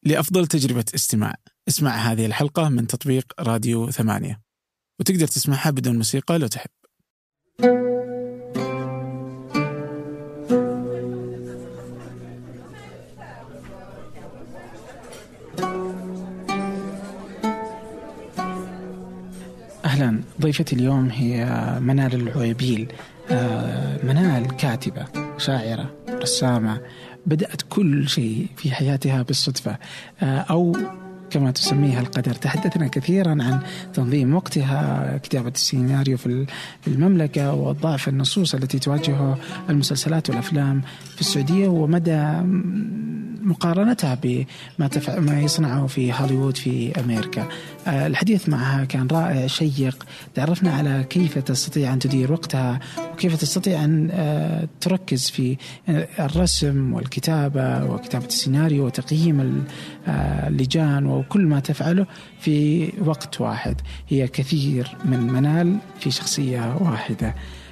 لأفضل تجربة استماع. اسمع هذه الحلقة من تطبيق راديو 8، وتقدر تسمعها بدون موسيقى لو تحب. أهلا، ضيفتي اليوم هي منال العويبيل. منال كاتبة، شاعرة، رسامة، بدأت كل شيء في حياتها بالصدفة أو كما تسميها القدر. تحدثنا كثيرا عن تنظيم وقتها، كتابة السيناريو في المملكة، وضعف النصوص التي تواجهه المسلسلات والأفلام في السعودية، ومدى مقارنتها بما يصنعه في هوليوود في أمريكا. الحديث معها كان رائع شيق. تعرفنا على كيف تستطيع أن تدير وقتها، وكيف تستطيع أن تركز في الرسم والكتابة وكتابة السيناريو وتقييم اللجان وكل ما تفعله في وقت واحد. هي كثير من منال في شخصية واحدة.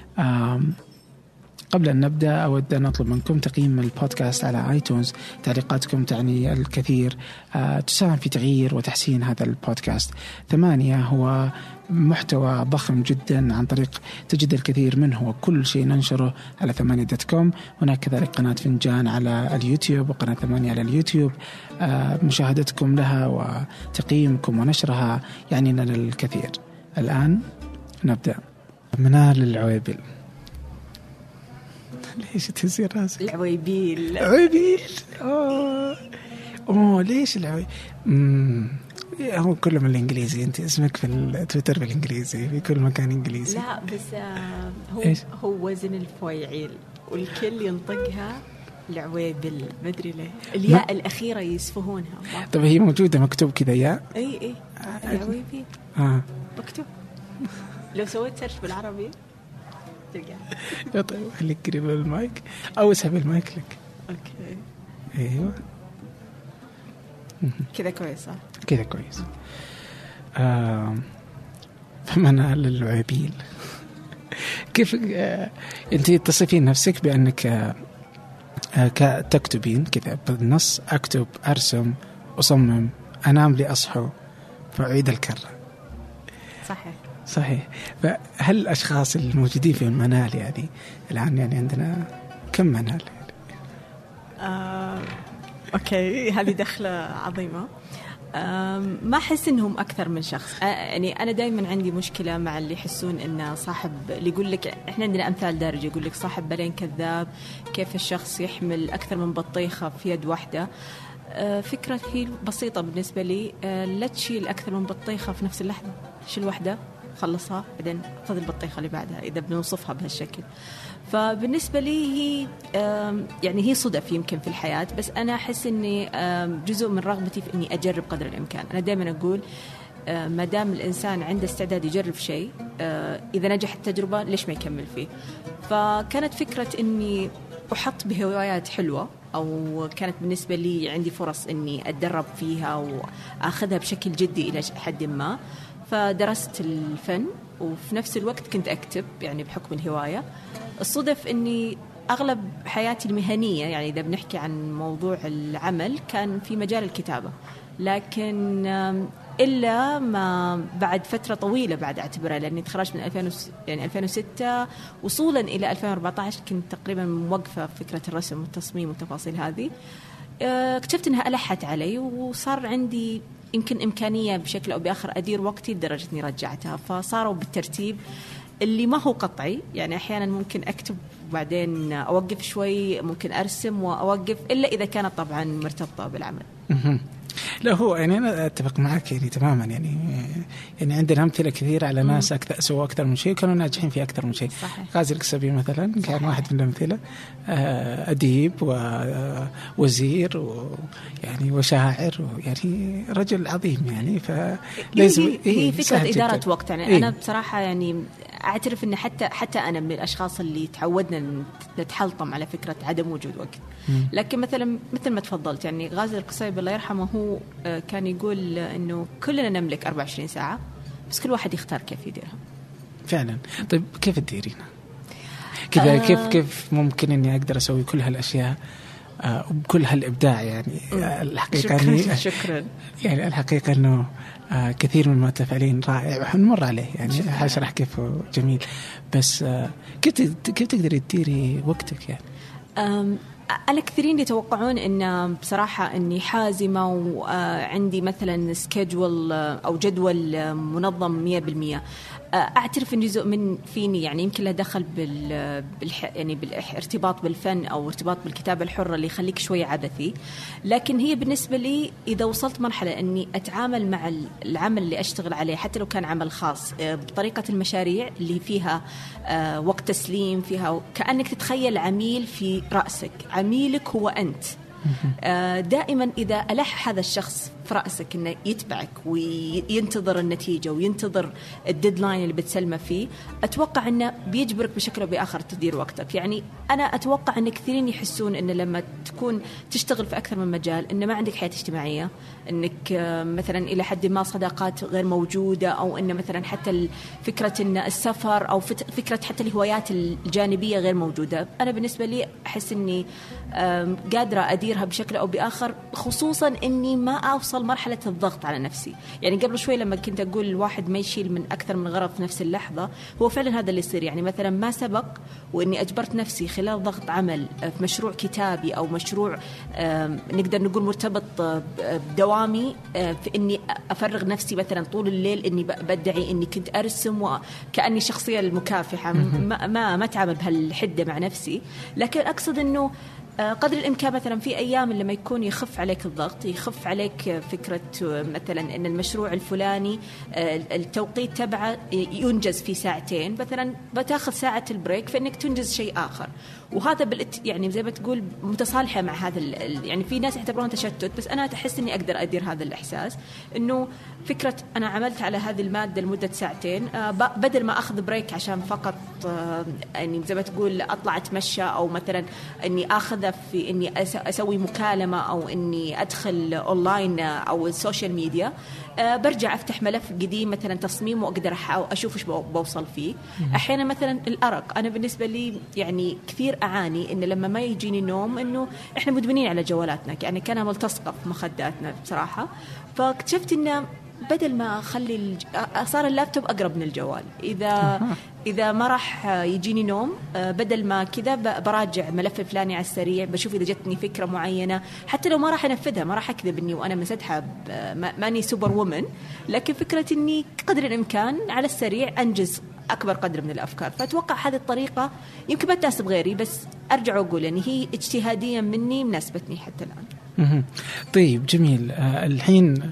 قبل أن نبدأ أود أن أطلب منكم تقييم البودكاست على آيتونز. تعليقاتكم تعني الكثير، تساهم في تغيير وتحسين هذا البودكاست. 8 هو محتوى ضخم جدا، عن طريق تجد الكثير منه وكل شيء ننشره على 8.com. هناك كذلك قناة فنجان على اليوتيوب وقناة 8 على اليوتيوب. مشاهدتكم لها وتقييمكم ونشرها يعني لنا الكثير. الآن نبدأ. منال العويبيل. ليش تهزي راسك؟ العويبيل. عويبيل. ليش العويبيل؟ هو كله من الإنجليزي. أنت اسمك في التويتر بالإنجليزي، في كل مكان إنجليزي. لا بس هو وزن الفويعيل والكل ينطقها العويبيل، ما أدري ليه الياء الأخيرة يسفهونها. طب هي موجودة مكتوب كذا ياء؟ إيه العويبيل مكتوب. لو سويت سيرش بالعربي يا طيب خليك قريب من المايك أو اسحب المايك لك. أوكي أيوة كذا كويس. كذا كويس. فمنال العويبيل، كيف أنت تصفين نفسك بأنك تكتبين كذا بالنص؟ أكتب، أرسم، أصمم، أنام لأصحو، فأعيد الكرة. صحيح. فهل الأشخاص الموجودين في منال يعني الآن يعني عندنا كم منال؟ أوكي هذه دخلة عظيمة. ما أحس إنهم أكثر من شخص. يعني أنا دائما عندي مشكلة مع اللي يحسون إنه صاحب، اللي يقول لك إحنا عندنا أمثال دارجة، يقول لك صاحب بالين كذاب. كيف الشخص يحمل أكثر من بطيخة في يد واحدة؟ فكرة هي بسيطة بالنسبة لي. لا تشيل أكثر من بطيخة في نفس اللحظة، شيل واحدة خلصها بعدين خذ البطيخة اللي بعدها، إذا بنوصفها بهالشكل. فبالنسبة لي هي يعني هي صدف يمكن في الحياة، بس أنا أحس إني جزء من رغبتي في إني أجرب قدر الإمكان. أنا دائما أقول ما دام الإنسان عنده استعداد يجرب شيء، إذا نجح التجربة ليش ما يكمل فيه. فكانت فكرة إني أحط بهوايات حلوة، أو كانت بالنسبة لي عندي فرص إني أتدرب فيها وأخذها بشكل جدي إلى حد ما. فدرست الفن وفي نفس الوقت كنت أكتب، يعني بحكم الهواية. الصدف أني أغلب حياتي المهنية، يعني إذا بنحكي عن موضوع العمل، كان في مجال الكتابة، لكن إلا ما بعد فترة طويلة بعد أعتبرها، لأني تخرجت من 2006 وصولا إلى 2014 كنت تقريبا موقفة فكرة الرسم والتصميم والتفاصيل هذه. اكتشفت أنها ألحت علي، وصار عندي يمكن إمكانية بشكل أو بآخر أدير وقتي لدرجة أني رجعتها. فصاروا بالترتيب اللي ما هو قطعي، يعني أحيانا ممكن أكتب وبعدين أوقف شوي، ممكن أرسم وأوقف، إلا إذا كانت طبعا مرتبطة بالعمل. لا هو يعني أنا أتفق معك يعني تماما. يعني عندنا أمثلة كثيرة على ناس سووا أكثر من شيء كانوا ناجحين في أكثر من شيء. غازي القصبي مثلا كان واحد من الأمثلة. أديب ووزير ويعني وشاعر، يعني رجل عظيم يعني. فلازم هي فكرة إدارة وقت. يعني أنا بصراحة يعني أعترف أن حتى أنا من الأشخاص اللي تعودنا نتحلطم على فكرة عدم وجود وقت. لكن مثل ما تفضلت، يعني غازي القصيبي الله يرحمه هو كان يقول إنه كلنا نملك 24 ساعة، بس كل واحد يختار كيف يديرها. فعلا. طيب كيف تديرينها كذا؟ كيف ممكن إني أقدر أسوي كل هالأشياء وبكل هالإبداع يعني. الحقيقة شكرا. يعني الحقيقة أنه كثير من المتفاعلين رائع ونمر عليه يعني هشرح كيف جميل. بس كيف تقدري تديري وقتك يعني؟ أنا كثيرين يتوقعون إن بصراحة إني حازمة وعندي مثلا سكيدول أو جدول منظم 100%. أعترف إن جزء من فيني يعني يمكن له دخل يعني بالارتباط بالفن أو ارتباط بالكتابة الحرة اللي يخليك شوي عبثي. لكن هي بالنسبة لي إذا وصلت مرحلة إني أتعامل مع العمل اللي أشتغل عليه حتى لو كان عمل خاص بطريقة المشاريع اللي فيها وقت تسليم، فيها كأنك تتخيل عميل في رأسك، عميلك هو أنت. دائما إذا ألح هذا الشخص في رأسك إنه يتبعك وينتظر النتيجة وينتظر الديدلاين اللي بتسلمه فيه، أتوقع إنه بيجبرك بشكل أو بآخر تدير وقتك. يعني أنا أتوقع إن كثيرين يحسون إن لما تكون تشتغل في أكثر من مجال إن ما عندك حياة اجتماعية، إنك مثلا إلى حد ما صداقات غير موجودة، أو إن مثلا حتى فكرة إن السفر أو فكرة حتى الهوايات الجانبية غير موجودة. أنا بالنسبة لي أحس إني قادرة أديرها بشكل أو بآخر، خصوصا إني ما أوصل مرحلة الضغط على نفسي. يعني قبل شوي لما كنت أقول الواحد ما يشيل من أكثر من غرض في نفس اللحظة، هو فعلا هذا اللي يصير. يعني مثلا ما سبق وإني أجبرت نفسي خلال ضغط عمل في مشروع كتابي أو مشروع نقدر نقول مرتبط بدوامي، في إني أفرغ نفسي مثلا طول الليل، إني بدعي إني كنت أرسم وكأني شخصية المكافحة، ما تعامل بهالحدة مع نفسي. لكن أقصد إنه قدر الإمكان مثلا في أيام لما يكون يخف عليك الضغط، يخف عليك فكرة مثلا أن المشروع الفلاني التوقيت تبعه ينجز في ساعتين، مثلا بتاخذ ساعة البريك فإنك تنجز شيء آخر. وهذا يعني زي ما تقول متصالحة مع هذا يعني في ناس يعتبرون تشتت، بس أنا أحس إني أقدر أدير هذا الإحساس، إنه فكرة أنا عملت على هذه المادة لمدة ساعتين، بدل ما أخذ بريك عشان فقط يعني زي ما تقول أطلع أتمشى، أو مثلا إني أخذ في إني أسوي مكالمة أو إني أدخل أونلاين أو السوشيال ميديا، برجع أفتح ملف قديم مثلا تصميم وأقدر أشوف إيش بوصل فيه. أحيانا مثلا الأرق، أنا بالنسبة لي يعني كثير أعاني إن لما ما يجيني نوم، إنه إحنا مدمنين على جوالاتنا، يعني كانها ملتصقة في مخداتنا بصراحة. فاكتشفت إنه بدل ما أخلي صار اللابتوب أقرب من الجوال، إذا ما راح يجيني نوم، بدل ما كذا براجع ملف فلاني على السريع، بشوف إذا جتني فكرة معينة، حتى لو ما راح أنفذها، ما راح أكذب إني وأنا مسدحة ماني سوبر وومن، لكن فكرة إني قدر الإمكان على السريع أنجز أكبر قدر من الأفكار. فأتوقع هذه الطريقة يمكن ما تناسب غيري، بس أرجع أقول يعني هي اجتهاديا مني مناسبتني حتى الآن. طيب جميل. الحين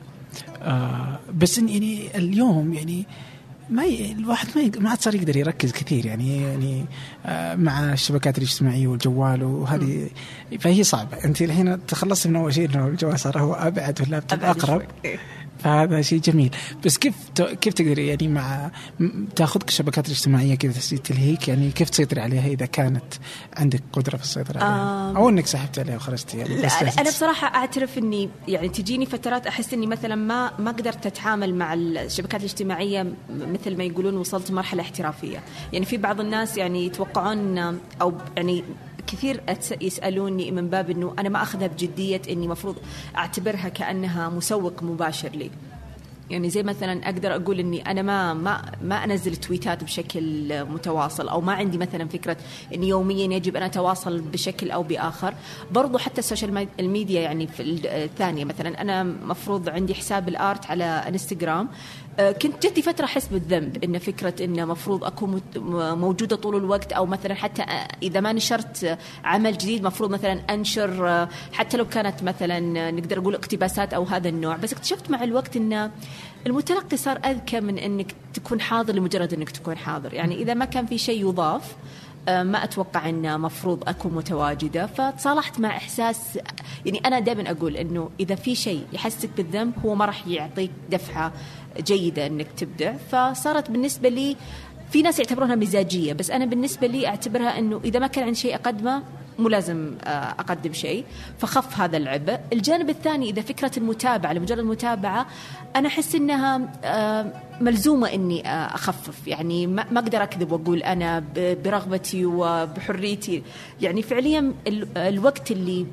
بس يعني اليوم يعني الواحد ما عاد صار يقدر يركز كثير يعني مع الشبكات الاجتماعية والجوال وهذه، فهي صعبة. أنت الحين تخلصت من أول شيء إنه الجوال صار هو أبعد واللابتوب أقرب، فهذا شيء جميل. بس كيف تقدري يعني مع تاخذك الشبكات الاجتماعية كذا تلهيك، يعني كيف تسيطري عليها إذا كانت عندك قدرة في السيطرة عليها، أو إنك سحبت عليها وخرجتي يعني؟ أنا بصراحة أعترف إني يعني تجيني فترات أحس إني مثلا ما قدرت أتعامل مع الشبكات الاجتماعية مثل ما يقولون وصلت مرحلة احترافية. يعني في بعض الناس يعني يتوقعون أو يعني كثير يسألوني من باب إنه أنا ما أخذها بجدية، إني مفروض أعتبرها كأنها مسوق مباشر لي. يعني زي مثلا أقدر أقول إني أنا ما أنزل تويتات بشكل متواصل، أو ما عندي مثلا فكرة إني يوميا يجب أن أتواصل بشكل أو بآخر. برضو حتى السوشيال الميديا يعني في الثانية، مثلا أنا مفروض عندي حساب الآرت على انستغرام، كنت جتي فترة أحس بالذنب إن فكرة إن مفروض أكون موجودة طول الوقت، أو مثلا حتى إذا ما نشرت عمل جديد مفروض مثلا أنشر حتى لو كانت مثلا نقدر نقول اقتباسات أو هذا النوع. بس اكتشفت مع الوقت إن المتلقي صار أذكى من إنك تكون حاضر لمجرد إنك تكون حاضر. يعني إذا ما كان في شيء يضاف ما أتوقع أن مفروض أكون متواجدة. فتصالحت مع إحساس، يعني أنا دائما أقول إنه إذا في شيء يحسك بالذنب هو ما راح يعطيك دفعة جيدة إنك تبدع. فصارت بالنسبة لي، في ناس يعتبرونها مزاجية، بس أنا بالنسبة لي أعتبرها إنه إذا ما كان عندي شيء أقدمه مو لازم أقدم شيء، فخف هذا العبء. الجانب الثاني إذا فكرة المتابعة لمجرد المتابعة، أنا أحس إنها ملزومة إني أخفف. يعني ما أقدر أكذب وأقول أنا برغبتي وبحريتي. يعني فعليا الوقت اللي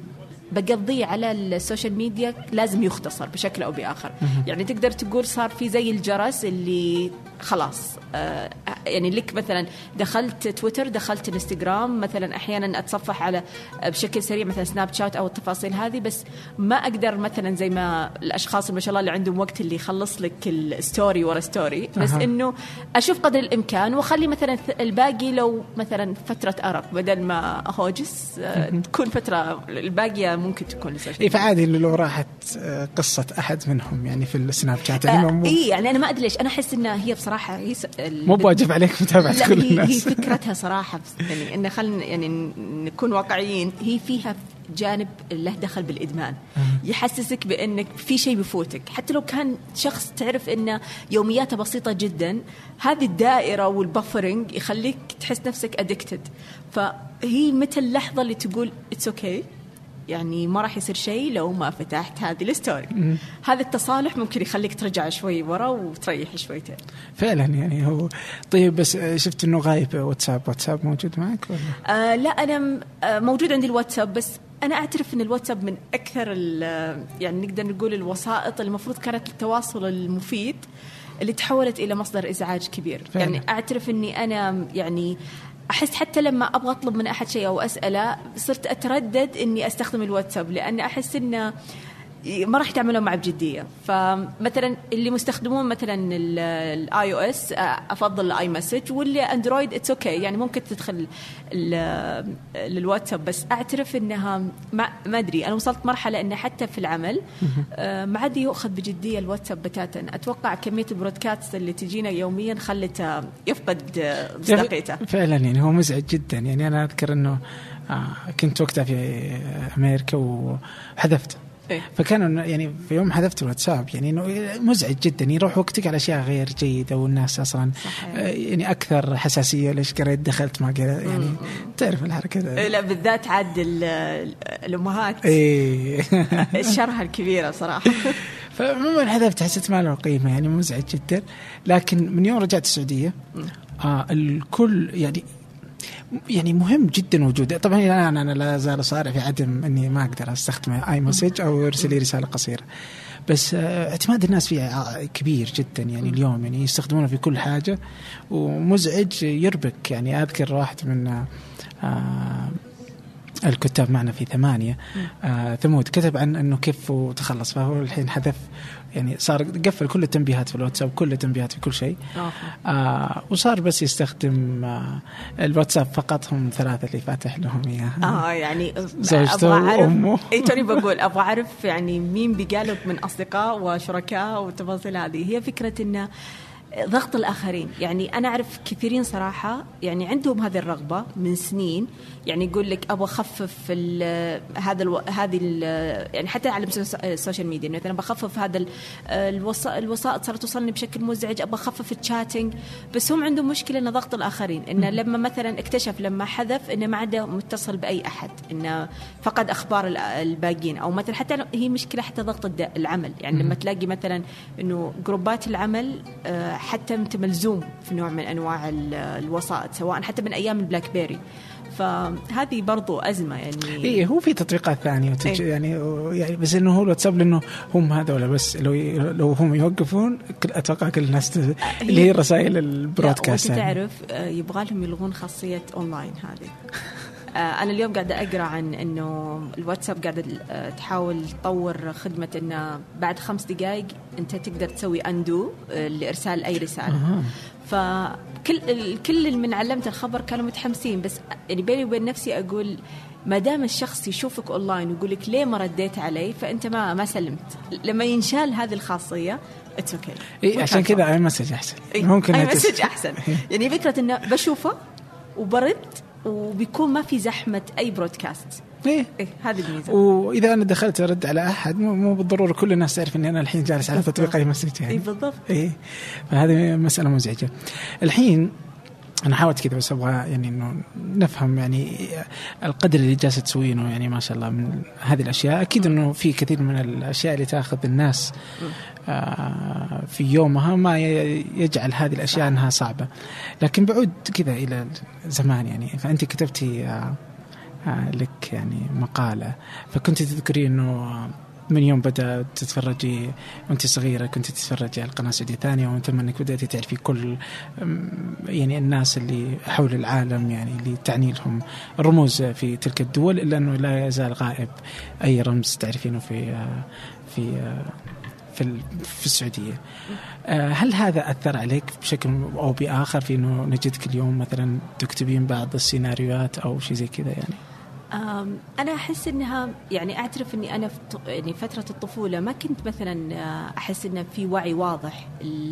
بقضيه على السوشيال ميديا لازم يختصر بشكل أو بآخر. يعني تقدر تقول صار في زي الجرس اللي خلاص يعني لك مثلا دخلت تويتر، دخلت انستغرام، مثلا أحيانا أتصفح على بشكل سريع مثلا سناب شات أو التفاصيل هذه، بس ما أقدر مثلا زي ما الأشخاص ما شاء الله اللي عندهم وقت اللي يخلص لك الستوري ورا ستوري، بس إنه أشوف قدر الإمكان وأخلي مثلا الباقي لو مثلا فترة أرق بدل ما هوجس تكون فترة الباقية ممكن تكون إيه. فعادي لو راحت قصة أحد منهم يعني في السناب شات إيه يعني أنا ما أدري ليش أنا أحس إنها هي بصراحة هي مو بواجب عليك متابعة كل الناس. هي فكرتها صراحة يعني إن خلنا يعني نكون واقعيين، هي فيها جانب له دخل بالإدمان، يحسسك بأنك في شيء بفوتك حتى لو كان شخص تعرف إنه يومياته بسيطة جدا، هذه الدائرة والبفرنج يخليك تحس نفسك أدكتد. فهي متى اللحظة اللي تقول it's okay يعني ما راح يصير شيء لو ما فتحت هذه الستوري. هذا التصالح ممكن يخليك ترجع شوي ورا وتريح شويتين فعلا. يعني هو طيب بس شفت انه غايب واتساب موجود معك ولا؟ لا انا موجود عندي الواتساب، بس انا اعترف ان الواتساب من اكثر يعني نقدر نقول الوسائط اللي المفروض كانت التواصل المفيد اللي تحولت الى مصدر ازعاج كبير فعلا. يعني اعترف اني انا يعني أحس حتى لما أبغى أطلب من أحد شيء أو أسأله صرت أتردد إني أستخدم الواتساب، لأن أحس إنه ما راح تعملوا معه بجدية. فمثلا اللي مستخدمون مثلا الاي او اس افضل الاي مسج، واللي اندرويد اتس اوكي يعني ممكن تدخل للواتساب. بس اعترف انها ما ادري، انا وصلت مرحله ان حتى في العمل ما عاد يؤخذ بجديه الواتساب بتاتا. اتوقع كميه البرودكاست اللي تجينا يوميا خلته يفقد مصداقيته فعلا. يعني هو مزعج جدا. يعني انا اذكر انه كنت وقتها في امريكا وحذفت، فكانوا يعني في يوم حذفت الواتساب يعني إنه مزعج جدا، يروح وقتك على أشياء غير جيدة والناس أصلا يعني أكثر حساسية. ليش قريت دخلت ما قريت يعني تعرف الحركة لا بالذات عاد الأمهات الشرها الكبيرة صراحة. فمما حذفت حسيت ما له قيمة، يعني مزعج جدا. لكن من يوم رجعت السعودية الكل يعني مهم جدا وجوده. طبعا أنا لا زال صارع في عدم أني ما أقدر أستخدم آي مسج أو يرسل لي رسالة قصيرة، بس اعتماد الناس فيه كبير جدا. يعني اليوم يعني يستخدمونه في كل حاجة ومزعج يربك. يعني أذكر واحد من الكتاب معنا في 8 ثمود كتب عن أنه كيف وتخلص، فهو الحين حذف يعني صار قفل كل التنبيهات في الواتساب، كل التنبيهات في كل شيء وصار بس يستخدم الواتساب فقط. هم 3 اللي فاتح لهم إياها يعني زوجته وأمه. توني بقول أبغى أعرف يعني مين بقالك من أصدقاء وشركاء وتفاصيل هذه. هي فكرة إنه ضغط الآخرين. يعني أنا أعرف كثيرين صراحة يعني عندهم هذه الرغبة من سنين، يعني يقول لك أبغى أخفف هذه يعني حتى على السوشيال ميديا مثلا بخفف هذا الوسائط صارت توصلني بشكل مزعج، أبغى أخفف الشاتينج. بس هم عندهم مشكلة إن ضغط الآخرين، إنه لما مثلا اكتشف لما حذف إنه ما عاد متصل بأي أحد، إنه فقد أخبار الباقين، أو مثلا حتى هي مشكلة حتى ضغط العمل. يعني لما تلاقي مثلا إنه جروبات العمل حتى أنت ملزوم في نوع من أنواع الوسائط، سواء حتى من أيام البلاك بيري. فهذه برضو أزمة. يعني إيه هو في تطبيقات ثانية يعني بس إنه هو الواتساب لأنه هم هذول بس لو هم يوقفون أتوقع كل الناس اللي هي الرسائل البرودكاست. تعرف يبغى لهم يلغون خاصية أونلاين هذه. أنا اليوم قاعدة أقرأ عن إنه الواتساب قاعدة تحاول تطور خدمة إنه بعد 5 دقائق أنت تقدر تسوي أندو لإرسال أي رسالة. فكل اللي من علمت الخبر كانوا متحمسين، بس يعني بيني وبين نفسي أقول ما دام الشخص يشوفك أونلاين ويقولك ليه ما رديت علي، فأنت ما سلمت. لما ينشال هذه الخاصية اتس اوكي. إيه عشان كذا اي مسج احسن. ممكن اي مسج احسن. يعني فكرة إنه بشوفه وبرد وبيكون ما في زحمة أي برودكاست. إيه هذه الميزة. وإذا أنا دخلت أرد على أحد مو بالضرورة كل الناس تعرف إني أنا الحين جالس على تطبيق أي مسج يعني. إيه بالضبط. إيه فهذه مسألة مزعجة. الحين أنا حاولت كذا بس أبغى يعني إنه نفهم يعني القدر اللي جالس تسوينه. يعني ما شاء الله من هذه الأشياء أكيد إنه في كثير من الأشياء اللي تأخذ الناس في يومها ما يجعل هذه الأشياء أنها صعبة. لكن بعود كذا إلى زمان يعني. فأنت كتبتي لك يعني مقالة، فكنت تذكري أنه من يوم بدأت تتفرجي وانت صغيرة كنت تتفرجي على القناة السعودية الثانية، ومن ثم انك بدأتي تعرفي كل يعني الناس اللي حول العالم يعني اللي تعني لهم الرموز في تلك الدول، إلا أنه لا يزال غائب أي رمز تعرفينه في السعودية. هل هذا أثر عليك بشكل أو بآخر في أنه نجدك اليوم مثلا تكتبين بعض السيناريوهات أو شيء زي كذا يعني؟ أنا أحس إنها يعني أعترف إني أنا يعني فترة الطفولة ما كنت مثلا أحس إن في وعي واضح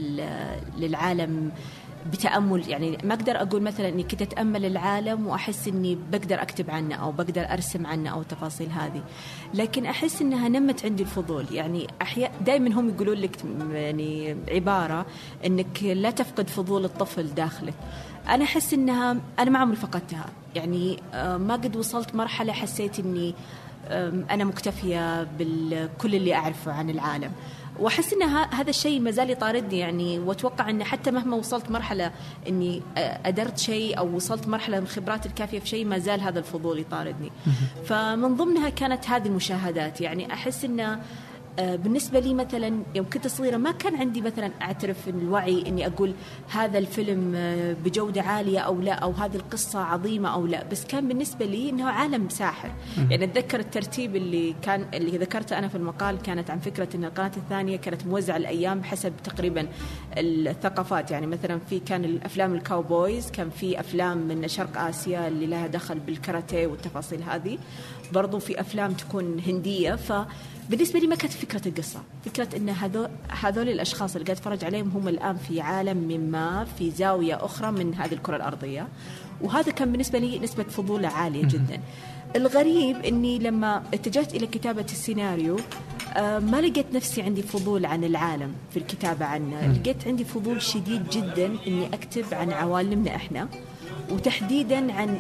للعالم بتأمل، يعني ما أقدر أقول مثلا إني كنت أتأمل العالم وأحس إني بقدر أكتب عنه أو بقدر أرسم عنه أو التفاصيل هذه، لكن أحس إنها نمت عندي الفضول. يعني دائما هم يقولون لك يعني عبارة إنك لا تفقد فضول الطفل داخلك. أنا أحس إنها أنا ما عمري فقدتها، يعني ما قد وصلت مرحلة حسيت إني أنا مكتفية بكل اللي أعرفه عن العالم، وأحس إن هذا الشيء ما زال يطاردني يعني. وأتوقع إن حتى مهما وصلت مرحلة إني أدرت شيء أو وصلت مرحلة من الخبرات الكافية في شيء، ما زال هذا الفضول يطاردني. فمن ضمنها كانت هذه المشاهدات. يعني أحس إن بالنسبة لي مثلا يوم كنت صغيرة ما كان عندي مثلا أعترف الوعي إني أقول هذا الفيلم بجودة عالية أو لا، أو هذه القصة عظيمة أو لا، بس كان بالنسبة لي إنه عالم ساحر. يعني أتذكر الترتيب اللي ذكرته أنا في المقال كانت عن فكرة إن القناة الثانية كانت موزعة الأيام بحسب تقريبا الثقافات. يعني مثلا كان الأفلام الكاوبويز، كان في أفلام من شرق آسيا اللي لها دخل بالكاراتيه والتفاصيل هذه، برضو في أفلام تكون هندية. بالنسبة لي ما كانت فكرة القصة، فكرة إن هذول الأشخاص اللي قاعد أتفرج عليهم هم الآن في عالم مما في زاوية أخرى من هذه الكرة الأرضية، وهذا كان بالنسبة لي نسبة فضول عالية جدا. الغريب إني لما اتجهت إلى كتابة السيناريو ما لقيت نفسي عندي فضول عن العالم في الكتابة عنه، لقيت عندي فضول شديد جدا إني أكتب عن عوالمنا إحنا، وتحديدا عن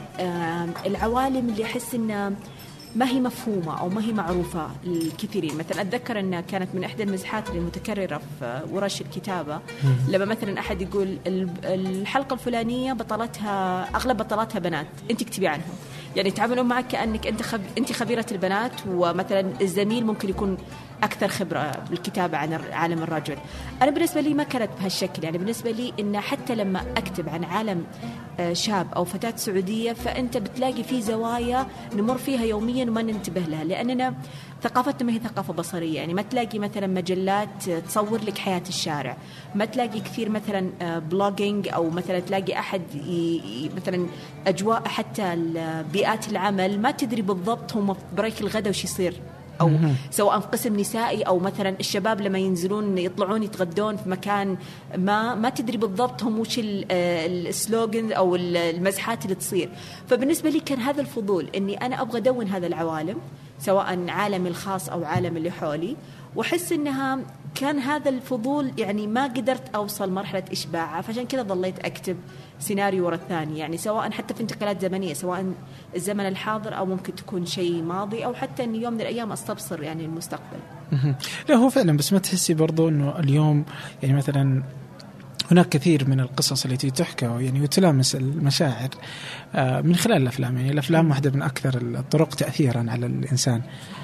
العوالم اللي أحس إنه ما هي مفهومة أو ما هي معروفة للكثيرين. مثلا أتذكر أن كانت من إحدى المزحات المتكررة في ورش الكتابة لما مثلا أحد يقول الحلقة الفلانية بطلتها أغلب بطلاتها بنات، أنت اكتبي عنهم. يعني يتعاملون معك كأنك أنت خبيرة البنات، ومثلا الزميل ممكن يكون أكثر خبرة بالكتابة عن عالم الرجل. أنا بالنسبة لي ما كانت بهالشكل. يعني بالنسبة لي إن حتى لما أكتب عن عالم شاب أو فتاة سعودية، فأنت بتلاقي فيه زوايا نمر فيها يوميا وما ننتبه لها، لأننا ثقافتنا ما هي ثقافة بصرية. يعني ما تلاقي مثلا مجلات تصور لك حياة الشارع، ما تلاقي كثير مثلا بلوجينج، أو مثلا تلاقي أحد مثلا أجواء حتى بيئات العمل ما تدري بالضبط هم في بريك الغداء وش يصير، أو سواء في قسم نسائي أو مثلا الشباب لما ينزلون يطلعون يتغدون في مكان ما تدري بالضبط هم وش السلوغن أو المزحات اللي تصير. فبالنسبة لي كان هذا الفضول إني أنا أبغى أدون هذا العوالم، سواء عالمي الخاص أو عالم اللي حولي، وحس إنها كان هذا الفضول يعني ما قدرت أوصل مرحلة إشباعها، فعشان كذا ظليت أكتب سيناريو ورا الثاني. يعني سواء حتى في انتقالات زمنية، سواء الزمن الحاضر أو ممكن تكون شيء ماضي، أو حتى أن يوم من الأيام أستبصر يعني المستقبل. لا هو فعلا، بس ما تحسي برضو أنه اليوم يعني مثلا هناك كثير من القصص التي تحكى يعني وتلامس المشاعر من خلال الأفلام. يعني الأفلام واحدة من أكثر الطرق تأثيرا على الإنسان.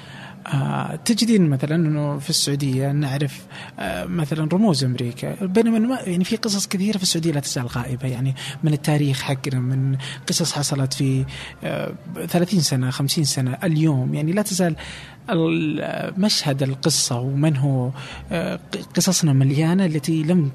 تجدين مثلا أنه في السعودية نعرف مثلا رموز أمريكا، بينما يعني في قصص كثيرة في السعودية لا تزال غائبة، يعني من التاريخ حقنا، من قصص حصلت في 30 سنة 50 سنة اليوم، يعني لا تزال مشهد القصة ومن هو قصصنا مليانة التي لم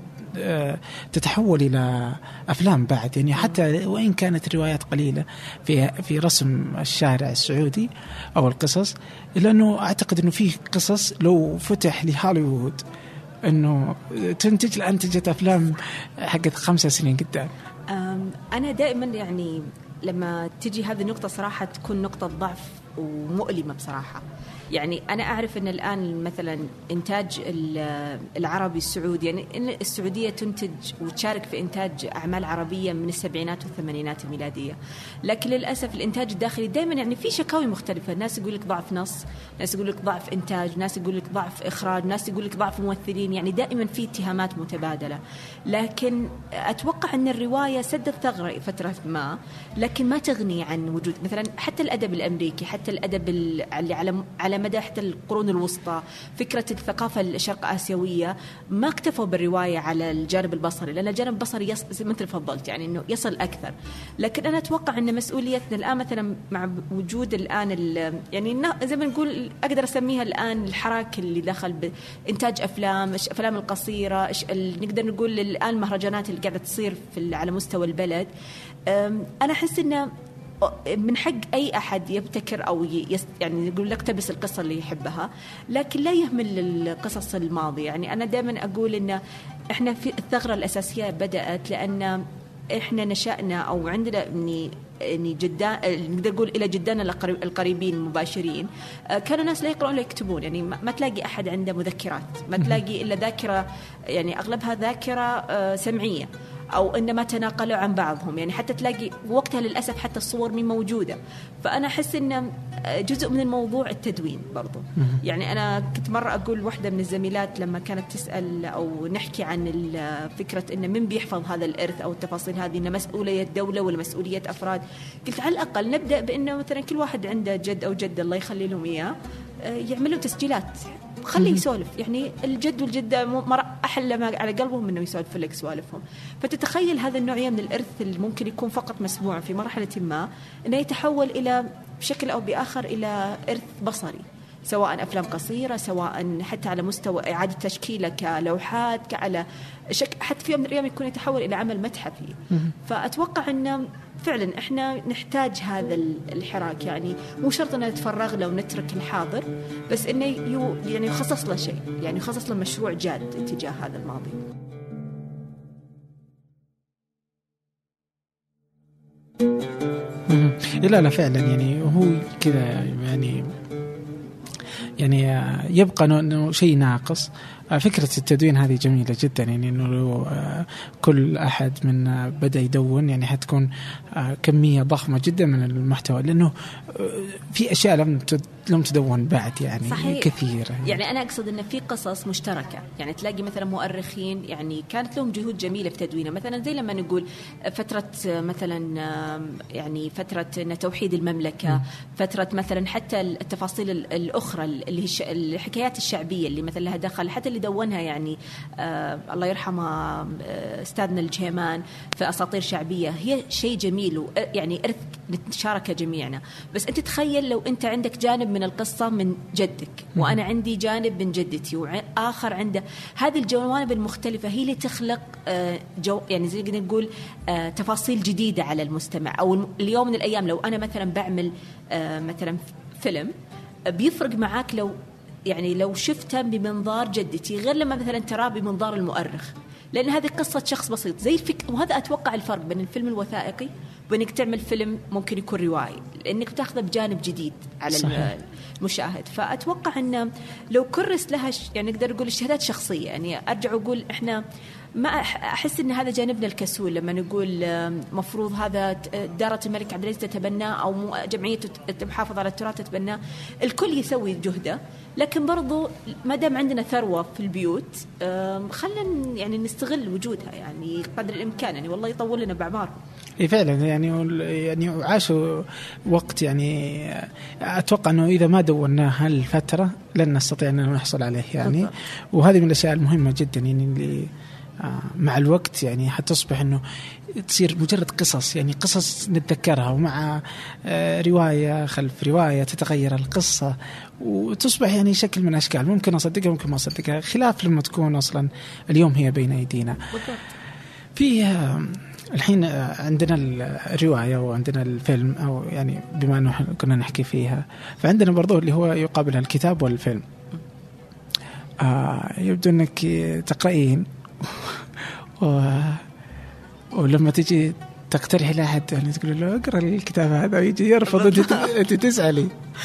تتحول إلى أفلام بعد. يعني حتى وإن كانت روايات قليلة في رسم الشارع السعودي أو القصص، إلا أنه أعتقد أنه فيه قصص لو فتح لهوليوود أنه تنتج لأنتجت أفلام حقت 5 سنين قدام. أنا دائما يعني لما تجي هذه النقطة صراحة تكون نقطة ضعف ومؤلمة بصراحة، يعني أنا أعرف أن الآن مثلا إنتاج العربي السعودي، يعني إن السعودية تنتج وتشارك في إنتاج أعمال عربية من السبعينات والثمانينات الميلادية، لكن للأسف الإنتاج الداخلي دائما يعني في شكاوي مختلفة، ناس يقول لك ضعف نص، ناس يقول لك ضعف إنتاج، ناس يقول لك ضعف إخراج، ناس يقول لك ضعف ممثلين، يعني دائما في اتهامات متبادلة. لكن أتوقع أن الرواية سدت ثغرة فترة ما، لكن ما تغني عن وجود مثلا حتى الأدب الأمريكي، حتى الأدب اللي على مدى حتى القرون الوسطى، فكرة الثقافة الشرق آسيوية ما اكتفوا بالرواية على الجانب البصري، لأن الجانب البصري زي ما أنت تفضلت يعني إنه يصل أكثر. لكن أنا أتوقع أن مسؤوليتنا الآن مثلا مع وجود الآن يعني زي ما نقول أقدر أسميها الآن الحراك اللي دخل بإنتاج أفلام القصيرة، نقدر نقول الآن المهرجانات اللي قاعدة تصير على مستوى البلد. أنا أحس إنه من حق أي أحد يبتكر أو يعني يقول لك تبس القصة اللي يحبها، لكن لا يهمل القصص الماضية. يعني أنا دائما أقول إن إحنا في الثغرة الأساسية بدأت لأن إحنا نشأنا أو عندنا يعني جدان، نقدر نقول إلى جدانا القريبين المباشرين كانوا ناس لا يقرؤون ولا يكتبون، يعني ما تلاقي أحد عنده مذكرات، ما تلاقي إلا ذاكرة، يعني أغلبها ذاكرة سمعية أو إنما تناقلوا عن بعضهم، يعني حتى تلاقي وقتها للأسف حتى الصور مين موجودة. فأنا أحس إن جزء من الموضوع التدوين برضو. يعني أنا كنت مرة أقول واحدة من الزميلات لما كانت تسأل أو نحكي عن فكرة إن من بيحفظ هذا الإرث أو التفاصيل هذه، إن مسؤولية دولة ولا مسؤولية أفراد، قلت على الأقل نبدأ بإنه مثلا كل واحد عنده جد أو جدة الله يخلي لهم إياه يعملوا تسجيلات، خليه يسولف. يعني الجد والجدة مرة أحلى ما على قلبهم إنه يسولف لك سوالفهم. فتتخيل هذا النوعية من الإرث اللي ممكن يكون فقط مسموع في مرحلة ما، إنه يتحول إلى بشكل أو بآخر إلى إرث بصري، سواء أفلام قصيرة، سواء حتى على مستوى إعادة تشكيله كلوحات، حتى في يوم من الأيام يكون يتحول إلى عمل متحفي. فأتوقع أن فعلا إحنا نحتاج هذا الحراك، يعني مو شرط أن نتفرغ له ونترك الحاضر، بس إنه يعني يخصص له شيء، يعني يخصص له مشروع جاد اتجاه هذا الماضي. لا فعلا يعني هو كذا، يعني يبقى أنه شيء ناقص. فكرة التدوين هذه جميلة جدا، يعني أنه لو كل أحد من بدأ يدون يعني حتكون كمية ضخمة جدا من المحتوى، لأنه في أشياء لم تدون بعد، يعني صحيح. كثيرة. يعني أنا أقصد أن في قصص مشتركة، يعني تلاقي مثلا مؤرخين يعني كانت لهم جهود جميلة في تدوينه، مثلا زي لما نقول فترة مثلا يعني فترة توحيد المملكة، فترة مثلا حتى التفاصيل الأخرى اللي هي الحكايات الشعبية اللي مثلا لها دخل، حتى اللي دونها يعني الله يرحمه أستاذنا الجهيمان في أساطير شعبية، هي شيء جميل يعني إرث نتشاركه جميعنا. بس أنت تخيل لو أنت عندك جانب من القصة من جدك، وأنا عندي جانب من جدتي، وآخر عنده، هذه الجوانب المختلفة هي اللي تخلق يعني زي ما نقول تفاصيل جديدة على المستمع. أو اليوم من الأيام لو أنا مثلا بعمل مثلا فيلم، بيفرق معاك لو شفتها بمنظار جدتي غير لما مثلا تراه بمنظار المؤرخ، لأن هذه قصة شخص بسيط زي وهذا أتوقع الفرق بين الفيلم الوثائقي وإنك تعمل فيلم ممكن يكون روائي، لأنك بتاخذه بجانب جديد على صحيح. المشاهد. فأتوقع أن لو كرس لها يعني نقدر نقول اجتهادات شخصية، يعني أرجع أقول إحنا ما أحس إن هذا جانبنا الكسول لما نقول مفروض هذا دارة الملك عبد العزيز تتبناه أو جمعية المحافظة على التراث تتبناه، الكل يسوي جهده، لكن برضو ما دام عندنا ثروة في البيوت خلنا يعني نستغل وجودها يعني قدر الإمكان، يعني والله يطول لنا بأعمارهم. فعلا يعني عاشوا وقت، يعني أتوقع أنه إذا ما دوناه هالفترة لن نستطيع أن نحصل عليه يعني. وهذه من الأشياء المهمة جدا يعني اللي مع الوقت يعني حتصبح أنه تصير مجرد قصص، يعني قصص نتذكرها، ومع رواية خلف رواية تتغير القصة وتصبح يعني شكل من أشكال، ممكن أصدقها ممكن ما أصدقها، خلاف لما تكون أصلا اليوم هي بين أيدينا. في الحين عندنا الرواية وعندنا الفيلم، أو يعني بما أنه كنا نحكي فيها، فعندنا برضو اللي هو يقابلها الكتاب والفيلم. يبدو أنك تقرأين ولما تجي تقترح له أحد يعني تقول له اقرأ الكتاب هذا ويجي يرفض أنت تسألي؟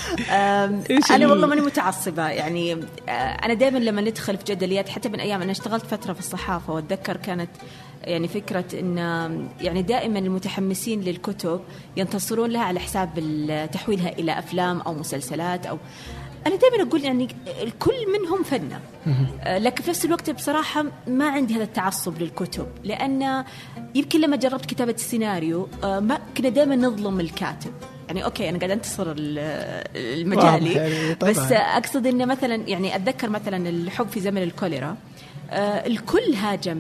أنا والله ماني متعصبة يعني. أنا دائما لما ندخل في جدليات حتى من أيام أنا اشتغلت فترة في الصحافة وأتذكر كانت يعني فكرة إن يعني دائما المتحمسين للكتب ينتصرون لها على حساب تحويلها إلى أفلام أو مسلسلات أو أنا دائما أقول يعني الكل منهم فنة، لكن في نفس الوقت بصراحة ما عندي هذا التعصب للكتب، لأن يمكن لما جربت كتابة السيناريو ما كنا دائما نظلم الكاتب. يعني أوكي أنا قاعدة أنتصر المجالي يعني بس أقصد إنه مثلا يعني أتذكر مثلا الحب في زمن الكوليرا الكل هاجم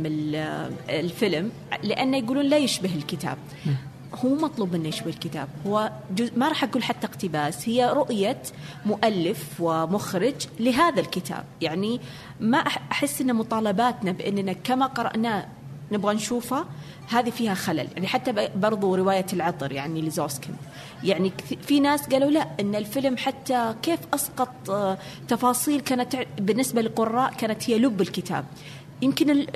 الفيلم لأنه يقولون لا يشبه الكتاب. هو مطلوب منه يشبه الكتاب، هو ما راح أقول حتى اقتباس، هي رؤية مؤلف ومخرج لهذا الكتاب. يعني ما أحس إن مطالباتنا بأننا كما قرأناه نبغى نشوفه هذه فيها خلل. يعني حتى برضو رواية العطر يعني لزوسكين، يعني في ناس قالوا لا إن الفيلم حتى كيف أسقط تفاصيل كانت بالنسبة للقراء كانت هي لب الكتاب. يمكن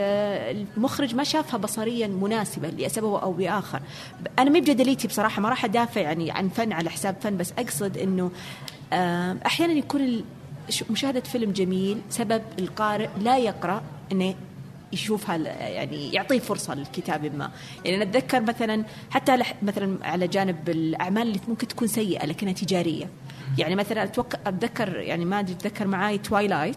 المخرج ما شافها بصريا مناسبة لسبب أو بآخر. أنا ما بجدليتي بصراحة، ما راح أدافع يعني عن فن على حساب فن، بس أقصد إنه أحيانا يكون مشاهدة فيلم جميل سبب القارئ لا يقرأ إنه يشوفها، يعني يعطيه فرصة للكتاب ما. يعني نتذكر مثلا حتى مثلا على جانب الأعمال اللي ممكن تكون سيئة لكنها تجارية، يعني مثلا أتذكر يعني ما أتذكر معاي توايلايت،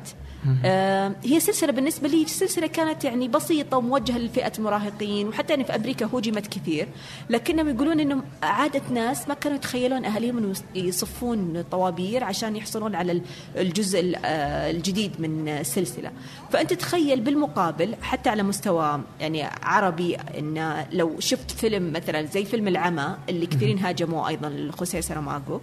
هي سلسلة بالنسبة لي سلسلة كانت يعني بسيطة وموجهة لفئة المراهقين، وحتى يعني في أمريكا هوجمت كثير، لكنهم يقولون إنهم عادة ناس ما كانوا يتخيلون أهاليهم يصفون طوابير عشان يحصلون على الجزء الجديد من السلسلة. فأنت تخيل بالمقابل حتى على مستوى يعني عربي، إن لو شفت فيلم مثلا زي فيلم العمى اللي كثيرين هاجموه أيضا لخوسيه ساراماغو،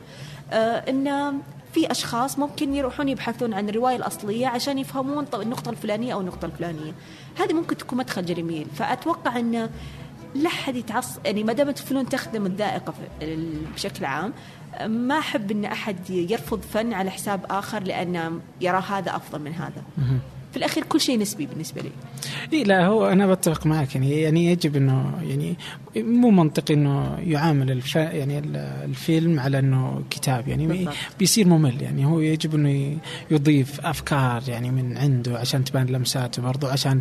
إن في أشخاص ممكن يروحون يبحثون عن الرواية الأصلية عشان يفهمون النقطة الفلانية أو النقطة الفلانية. هذه ممكن تكون مدخل جميل. فأتوقع أن لا أحد يتعصب، يعني ما دام الفنون تخدم الذائقة بشكل عام، ما أحب أن أحد يرفض فن على حساب آخر لأن يرى هذا أفضل من هذا. في الأخير كل شيء نسبي بالنسبة لي. إيه لا، هو أنا بتفق معك. يعني يجب إنه يعني مو منطقي إنه يعامل يعني الفيلم على إنه كتاب، يعني بالضبط. بيصير ممل. يعني هو يجب إنه يضيف أفكار يعني من عنده عشان تبان لمساته برضو، عشان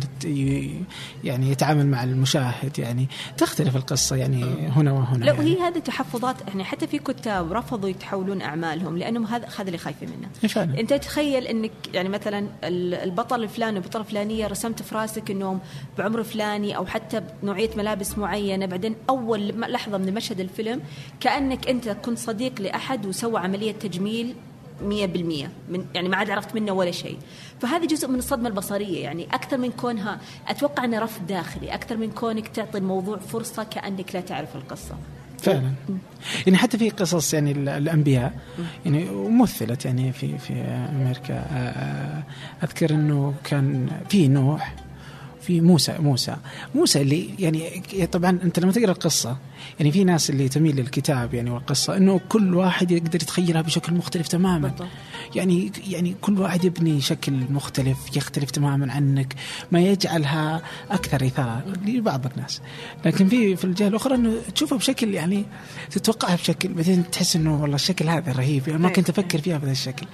يعني يتعامل مع المشاهد، يعني تختلف القصة يعني هنا وهنا. لا يعني. وهي هذه تحفظات، يعني حتى في كتاب رفضوا يتحولون أعمالهم لأنهم هذا اللي خايفين منه. أنت تخيل إنك يعني مثلا البطل الفلاني والبطلة الفلانية رسمت في راسك إنهم بعمر فلاني أو حتى بنوعية ملابس معينة، بعدين أول لحظة من مشهد الفيلم كأنك أنت كنت صديق لأحد وسوى عملية تجميل 100%، من يعني ما عاد عرفت منه ولا شيء. فهذا جزء من الصدمة البصرية، يعني أكثر من كونها أتوقع أنه رفض داخلي، أكثر من كونك تعطي الموضوع فرصة كأنك لا تعرف القصة فعلا. يعني حتى في قصص يعني الأنبياء يعني مثلت يعني في أمريكا. أذكر إنه كان في نوح، في موسى اللي يعني طبعا أنت لما تقرأ القصة، يعني في ناس اللي تميل للكتاب يعني والقصة إنه كل واحد يقدر يتخيلها بشكل مختلف تماما. يعني كل واحد يبني شكل مختلف يختلف تماما عنك، ما يجعلها أكثر إثارة لبعض الناس. لكن في الجهة الأخرى إنه تشوفها بشكل يعني تتوقعها بشكل، بعدين تحس إنه والله الشكل هذا رهيب، يعني ما كنت أفكر فيها بهذا الشكل.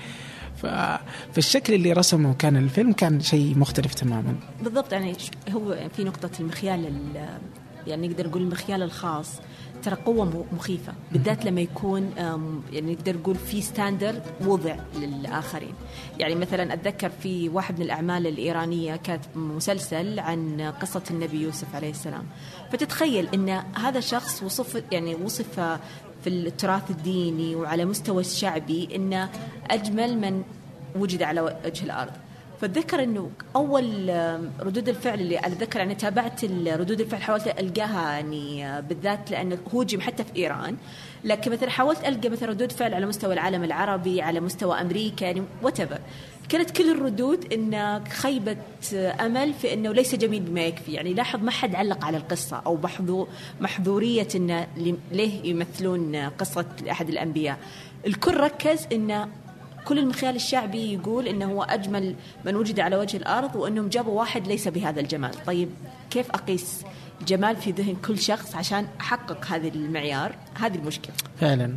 فالشكل اللي رسمه كان الفيلم كان شيء مختلف تماما. بالضبط. يعني هو في نقطة المخيال، يعني نقدر نقول المخيال الخاص ترى قوة مخيفة، بالذات لما يكون يعني نقدر نقول في ستاندرد وضع للآخرين. يعني مثلا أتذكر في واحد من الأعمال الإيرانية كانت مسلسل عن قصة النبي يوسف عليه السلام، فتتخيل إن هذا شخص وصف في التراث الديني وعلى مستوى الشعبي إنه أجمل من وجد على وجه الأرض. فأتذكر إنه أول ردود الفعل اللي أتذكر يعني تابعت ردود الفعل، حاولت ألقاها يعني بالذات لأنه هوجم حتى في إيران، لكن مثلا حاولت ألقى مثلا ردود فعل على مستوى العالم العربي، على مستوى أمريكا، يعني whatever. كانت كل الردود إن خيبة أمل في إنه ليس جميل بما يكفي. يعني لاحظ ما حد علق على القصة أو محظورية إنه ليه يمثلون قصة أحد الأنبياء. الكل ركز إن كل المخيال الشعبي يقول إنه هو أجمل من وجد على وجه الأرض، وإنهم جابوا واحد ليس بهذا الجمال. طيب كيف أقيس جمال في ذهن كل شخص عشان أحقق هذا المعيار؟ هذه المشكلة فعلا.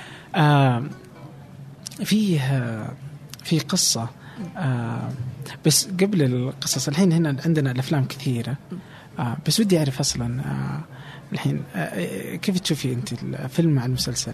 في قصة بس قبل القصص، الحين هنا عندنا الأفلام كثيرة، بس ودي أعرف أصلا الحين كيف تشوفي أنت الفيلم مع المسلسل؟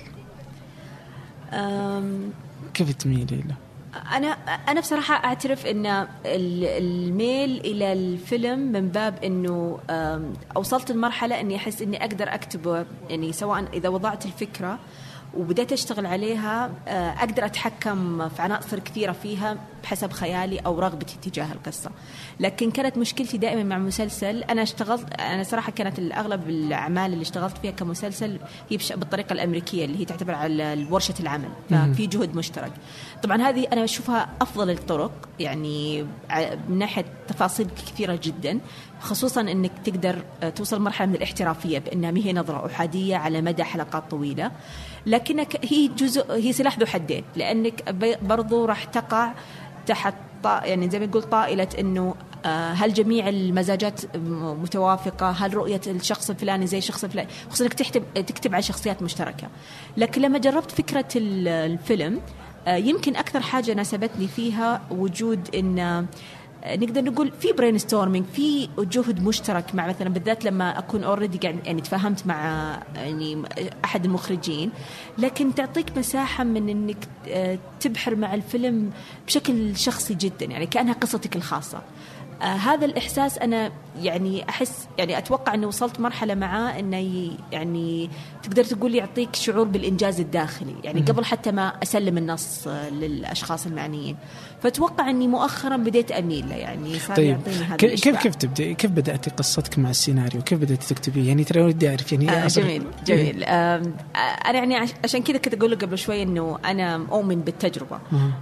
كيف تميلي له؟ أنا بصراحة أعترف أن الميل إلى الفيلم من باب أنه أوصلت المرحلة أني أحس أني أقدر أكتبه، يعني سواء إذا وضعت الفكرة وبدأت أشتغل عليها أقدر أتحكم في عناصر كثيرة فيها بحسب خيالي أو رغبتي تجاه القصة. لكن كانت مشكلتي دائما مع مسلسل، أنا صراحة كانت الأغلب الأعمال اللي اشتغلت فيها كمسلسل هي بالطريقة الأمريكية اللي هي تعتبر على ورشة العمل، ففي جهد مشترك. طبعا هذه أنا أشوفها أفضل الطرق، يعني من ناحية تفاصيل كثيرة جدا، خصوصا أنك تقدر توصل مرحلة من الاحترافية بأنها هي نظرة أحادية على مدى حلقات طويلة. لكنك هي سلاح ذو حدين، لأنك برضو راح تقع تحت يعني زي ما نقول طائلة إنه هل جميع المزاجات متوافقة؟ هل رؤية الشخص الفلاني زي الشخص الفلاني؟ خصوصا إنك تكتب على شخصيات مشتركة. لكن لما جربت فكرة الفيلم يمكن أكثر حاجة ناسبتني فيها وجود إن نقدر نقول في برين ستورمينج، في جهد مشترك مع مثلا بالذات لما أكون أوريدي يعني تفاهمت مع يعني أحد المخرجين، لكن تعطيك مساحة من إنك تبحر مع الفيلم بشكل شخصي جدا، يعني كأنها قصتك الخاصة. هذا الإحساس أنا يعني أحس يعني أتوقع أنه وصلت مرحلة معاه أنه يعني تقدر تقول يعطيك شعور بالإنجاز الداخلي، يعني قبل حتى ما أسلم النص للأشخاص المعنيين. فأتوقع أني مؤخرا بديت أميل له، يعني صار طيب يعطيني هذا كيف تبدأ؟ كيف بدأتي قصتك مع السيناريو؟ كيف بدأت تكتبيه؟ يعني ترى ودي أعرف يعني جميل. أنا يعني عشان كذا كنت أقول قبل شوي أنه أنا أؤمن بالتجربة،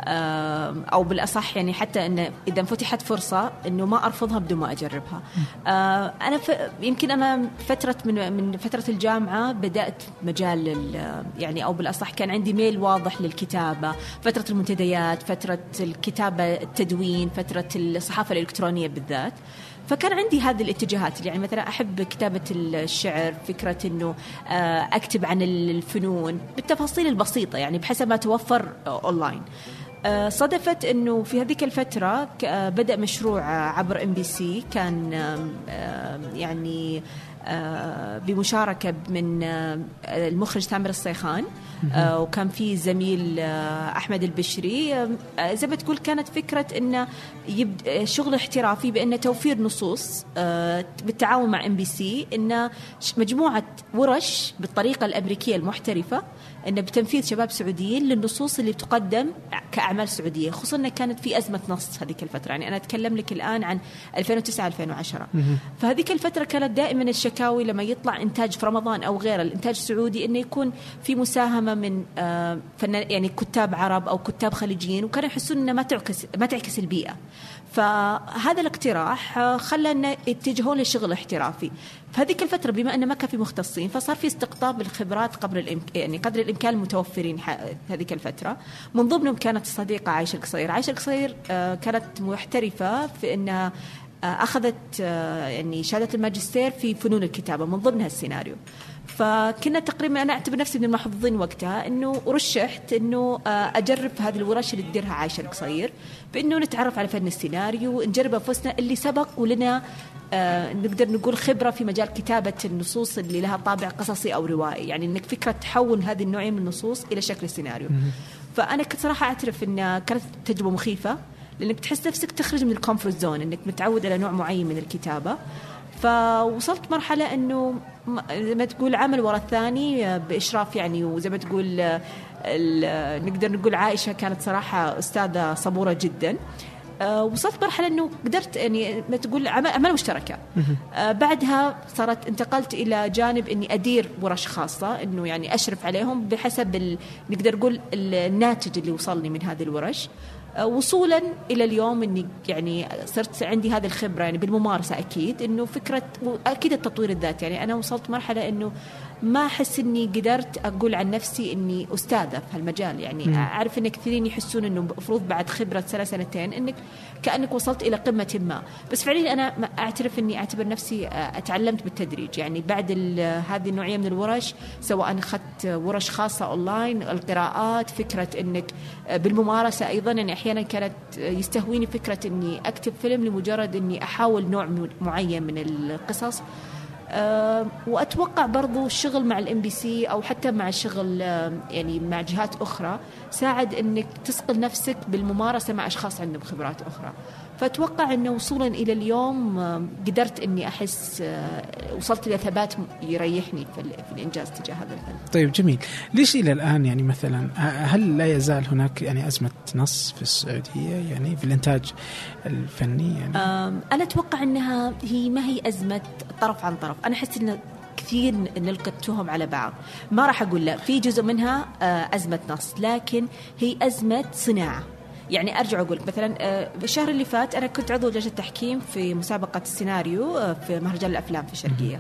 أو بالأصح يعني حتى أن إذا فتحت فرصة أنه ما أرفضها بدون ما أجربها. أنا يمكن أنا فترة من فترة الجامعة بدأت مجال يعني أو بالأصح كان عندي ميل واضح للكتابة، فترة المنتديات، فترة الكتابة التدوين، فترة الصحافة الإلكترونية بالذات. فكان عندي هذه الاتجاهات، يعني مثلا أحب كتابة الشعر، فكرة أنه أكتب عن الفنون بالتفاصيل البسيطة يعني بحسب ما توفر أونلاين. صدفت أنه في هذيك الفترة بدأ مشروع عبر MBC، كان يعني بمشاركة من المخرج تامر الصيخان، وكان في زميل أحمد البشري. زي ما تقول كانت فكرة أنه شغل احترافي بأنه توفير نصوص بالتعاون مع MBC، أنه مجموعة ورش بالطريقة الأمريكية المحترفة أنه بتنفيذ شباب سعوديين للنصوص اللي تقدم كأعمال سعودية، خصوصا أنه كانت في أزمة نص هذيك الفترة. يعني أنا أتكلم لك الآن عن 2009-2010. فهذيك الفترة كانت دائما الشكاوي لما يطلع إنتاج في رمضان أو غيره الإنتاج السعودي أنه يكون في مساهمة من فنان يعني كتاب عرب أو كتاب خليجيين، وكانوا يحسون أنه ما تعكس البيئة. فهذا الاقتراح خلى يتجهون للشغل الاحترافي. في هذيك الفترة بما أنه ما كان في مختصين، فصار في استقطاب الخبرات يعني قدر الإمكان المتوفرين هذيك الفترة. من ضمنهم كانت الصديقة عائشة القصير. عائشة القصير كانت محترفة في أنها أخذت يعني شهادة الماجستير في فنون الكتابة، من ضمنها السيناريو. فكنا تقريبا أنا أعتبر نفسي من المحظوظين وقتها أنه رشحت أنه أجرب هذه الورش اللي تديرها عائشة القصير، بأنه نتعرف على فن السيناريو ونجرب أنفسنا اللي سبق ولنا نقدر نقول خبرة في مجال كتابة النصوص اللي لها طابع قصصي أو روائي، يعني أنك فكرة تحول هذه النوعية من النصوص إلى شكل السيناريو. فأنا كنت صراحة أعترف أن كانت تجربة مخيفة، لأنك تحس نفسك تخرج من الكومفورت زون، أنك متعود على نوع معين من الكتابة. فوصلت مرحلة أنه زي ما تقول عمل وراء الثاني بإشراف يعني، وزي ما تقول نقدر نقول عائشة كانت صراحة أستاذة صبورة جدا. وصلت مرحلة أنه قدرت يعني ما تقول أعمال مشتركة. بعدها انتقلت إلى جانب أني أدير ورش خاصة، أنه يعني أشرف عليهم بحسب نقدر نقول الناتج اللي وصلني من هذه الورش، وصولا إلى اليوم أني يعني صرت عندي هذه الخبرة يعني بالممارسة. أكيد أنه فكرة أكيد التطوير الذاتي، يعني أنا وصلت مرحلة أنه ما أحس إني قدرت أقول عن نفسي إني أستاذة في هالمجال. يعني أعرف إن كثيرين يحسون إنه مفروض بعد خبرة سنتين إنك كأنك وصلت إلى قمة ما، بس فعليا أنا أعترف إني أعتبر نفسي أتعلمت بالتدريج. يعني بعد هذه النوعية من الورش، سواء أخذت ورش خاصة أونلاين، القراءات، فكرة إنك بالممارسة أيضا. يعني أحيانا كانت يستهويني فكرة إني أكتب فيلم لمجرد إني أحاول نوع معين من القصص. وأتوقع برضو الشغل مع الMBC أو حتى مع الشغل يعني مع جهات أخرى ساعد إنك تسقل نفسك بالممارسة مع أشخاص عندهم خبرات أخرى. فأتوقع إنه وصولا إلى اليوم قدرت إني أحس وصلت إلى ثبات يريحني في الإنجاز تجاه هذا الفن. طيب جميل. ليش إلى الآن يعني مثلا هل لا يزال هناك يعني أزمة نص في السعودية يعني في الإنتاج الفني؟ يعني أنا أتوقع إنها ما هي أزمة طرف عن طرف. أنا أحس إنه كثير نلقى التهم على بعض. ما راح أقول لا، في جزء منها أزمة نص، لكن هي أزمة صناعة. يعني أرجع أقول مثلا الشهر اللي فات أنا كنت عضو لجنة تحكيم في مسابقة السيناريو في مهرجان الأفلام في الشرقية.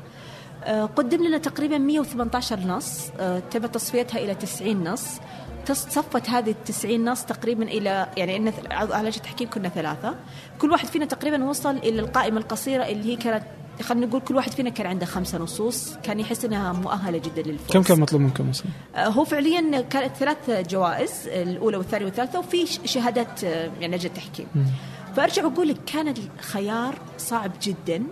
قدم لنا تقريبا 118 نص، تم تصفيتها إلى 90 نص. تصفت هذه 90 نص تقريبا إلى يعني إن على لجنة تحكيم كنا 3، كل واحد فينا تقريبا وصل إلى القائمة القصيرة اللي هي كانت، خلينا نقول كل واحد فينا كان عنده 5 نصوص، كان يحس انها مؤهله جدا للفوز. كم كان مطلوب منكم مثلا؟ هو فعليا كانت 3 جوائز، الاولى والثانيه والثالثه، وفي شهادات يعني لجنه تحكيم. فارجع اقول لك كان الخيار صعب جدا،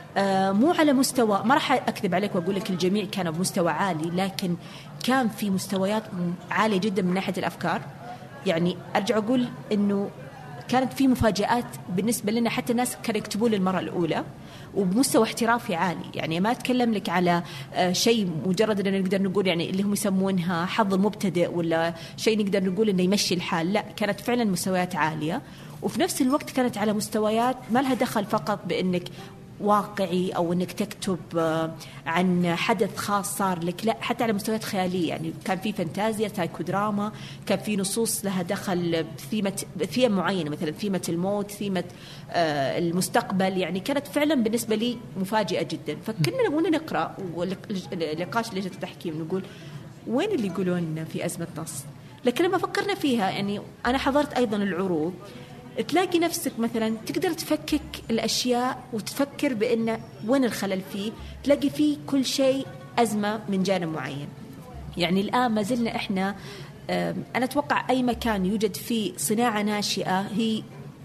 مو على مستوى، ما راح اكذب عليك واقول لك الجميع كان بمستوى عالي، لكن كان في مستويات عاليه جدا من ناحيه الافكار. يعني ارجع اقول انه كانت في مفاجآت بالنسبة لنا، حتى الناس كانوا يكتبون للمرة الأولى وبمستوى احترافي عالي. يعني ما أتكلم لك على شيء مجرد أننا نقدر نقول يعني اللي هم يسمونها حظ المبتدئ ولا شيء نقدر نقول أنه يمشي الحال، لا، كانت فعلا مستويات عالية، وفي نفس الوقت كانت على مستويات ما لها دخل فقط بأنك واقعي أو أنك تكتب عن حدث خاص صار لك، لا، حتى على مستويات خيالية. يعني كان في فانتازيا، سايكو دراما، كان في نصوص لها دخل بثيمة معينة، مثلا ثيمة الموت، ثيمة المستقبل. يعني كانت فعلا بالنسبة لي مفاجئة جدا. فكنا نبغى نقرأ ولقاش لجنة التحكيم نقول وين اللي يقولون في أزمة نص. لكن لما فكرنا فيها، يعني أنا حضرت أيضا العروض، تلاقي نفسك مثلا تقدر تفكك الأشياء وتفكر بأن وين الخلل فيه، تلاقي فيه كل شيء أزمة من جانب معين. يعني الآن ما زلنا إحنا، أنا أتوقع أي مكان يوجد فيه صناعة ناشئة هي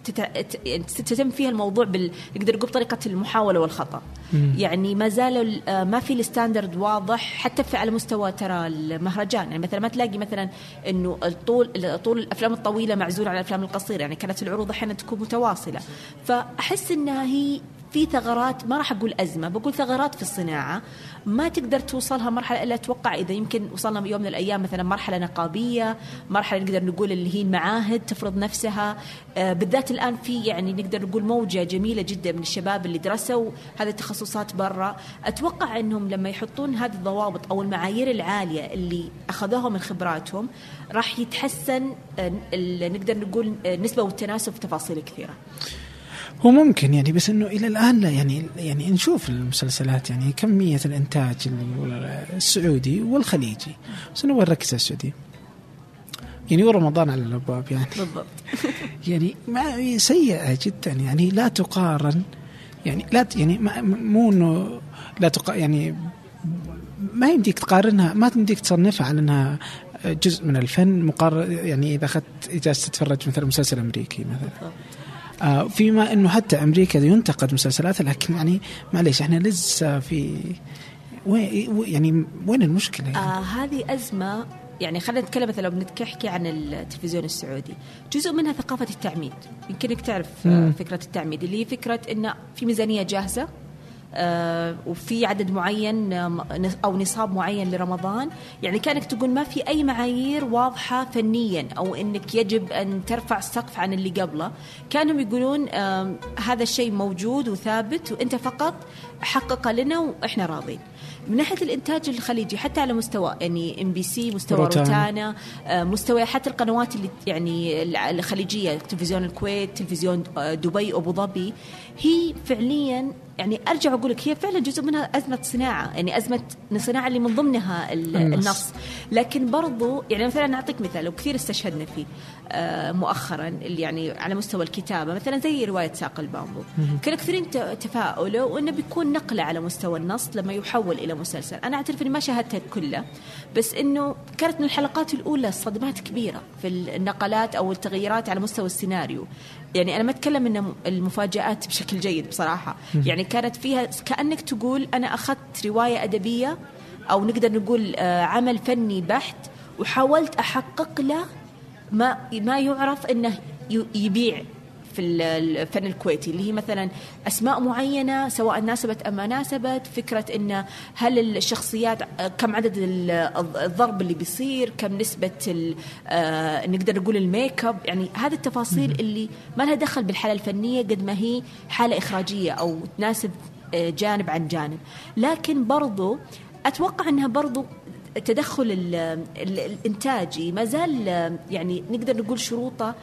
تتم فيها الموضوع نقدر نقول بطريقة المحاولة والخطأ. يعني ما زالوا ما في الستاندرد واضح حتى على مستوى ترى المهرجان. يعني مثلا ما تلاقي مثلا إنه طول الأفلام الطويلة معزول على الأفلام القصيرة. يعني كانت العروض أحيانا تكون متواصلة. فأحس إنها هي في ثغرات، ما راح أقول أزمة، بقول ثغرات في الصناعة ما تقدر توصلها مرحلة إلا أتوقع إذا يمكن وصلنا يوم من الأيام مثلا مرحلة نقابية، مرحلة نقدر نقول اللي هي المعاهد تفرض نفسها. بالذات الآن في يعني نقدر نقول موجة جميلة جدا من الشباب اللي درسوا هذه التخصصات برا. أتوقع أنهم لما يحطون هذه الضوابط أو المعايير العالية اللي أخذوها من خبراتهم راح يتحسن نقدر نقول نسبة والتناسب في تفاصيل كثيرة. هو ممكن يعني، بس إنه إلى الآن لا. يعني نشوف المسلسلات، يعني كمية الإنتاج السعودي والخليجي، بس إنه وين ركز السعودي يعني، ورمضان على الأبواب يعني بالضبط. يعني ما سيئة جدا، يعني لا تقارن، يعني لا يعني مو إنه لا يعني ما يمديك تقارنها، ما يمديك تصنفها على أنها جزء من الفن يعني إذا أخذت إجازة تتفرج مثلا مسلسل أمريكي مثلا. فيما أنه حتى أمريكا ينتقد مسلسلات، لكن يعني معليش إحنا لسه في يعني وين المشكلة يعني؟ هذه أزمة. يعني خلينا نتكلم مثلا لو بنحكي عن التلفزيون السعودي، جزء منها ثقافة التعميد. يمكنك تعرف فكرة التعميد اللي هي فكرة إنه في ميزانية جاهزة، وفي عدد معين أو نصاب معين لرمضان. يعني كانك تقول ما في أي معايير واضحة فنيا أو إنك يجب أن ترفع السقف عن اللي قبله. كانوا يقولون هذا الشيء موجود وثابت وإنت فقط حقق لنا وإحنا راضين. من ناحية الإنتاج الخليجي حتى على مستوى يعني MBC، مستوى روتانا، مستوى حتى القنوات اللي يعني الخليجية، تلفزيون الكويت، تلفزيون دبي، أبو ظبي، هي فعليا يعني أرجع أقول لك هي فعلا جزء منها أزمة صناعة، يعني أزمة صناعة اللي من ضمنها النص. لكن برضو يعني مثلا نعطيك مثال وكثير استشهدنا فيه مؤخرا، اللي يعني على مستوى الكتابة مثلا زي رواية ساق البامبو، كان كثيرين تفاؤلوا وإنه بيكون نقلة على مستوى النص لما يحول إلى مسلسل. أنا أعترف إني ما شاهدتها كلها، بس إنه كانت من الحلقات الأولى صدمات كبيرة في النقلات أو التغييرات على مستوى السيناريو. يعني أنا ما أتكلم إن المفاجآت بشكل جيد بصراحة، يعني كانت فيها كأنك تقول أنا أخذت رواية أدبية أو نقدر نقول عمل فني بحت وحاولت أحقق له ما يعرف إنه يبيع في الفن الكويتي، اللي هي مثلا أسماء معينة سواء ناسبت أم ما ناسبت، فكرة إنه هل الشخصيات كم عدد الضرب اللي بيصير، كم نسبة نقدر نقول الميك اب، يعني هذه التفاصيل اللي ما لها دخل بالحالة الفنية قد ما هي حالة إخراجية أو تناسب جانب عن جانب. لكن برضو أتوقع أنها برضو التدخل الإنتاجي ما زال يعني نقدر نقول شروطه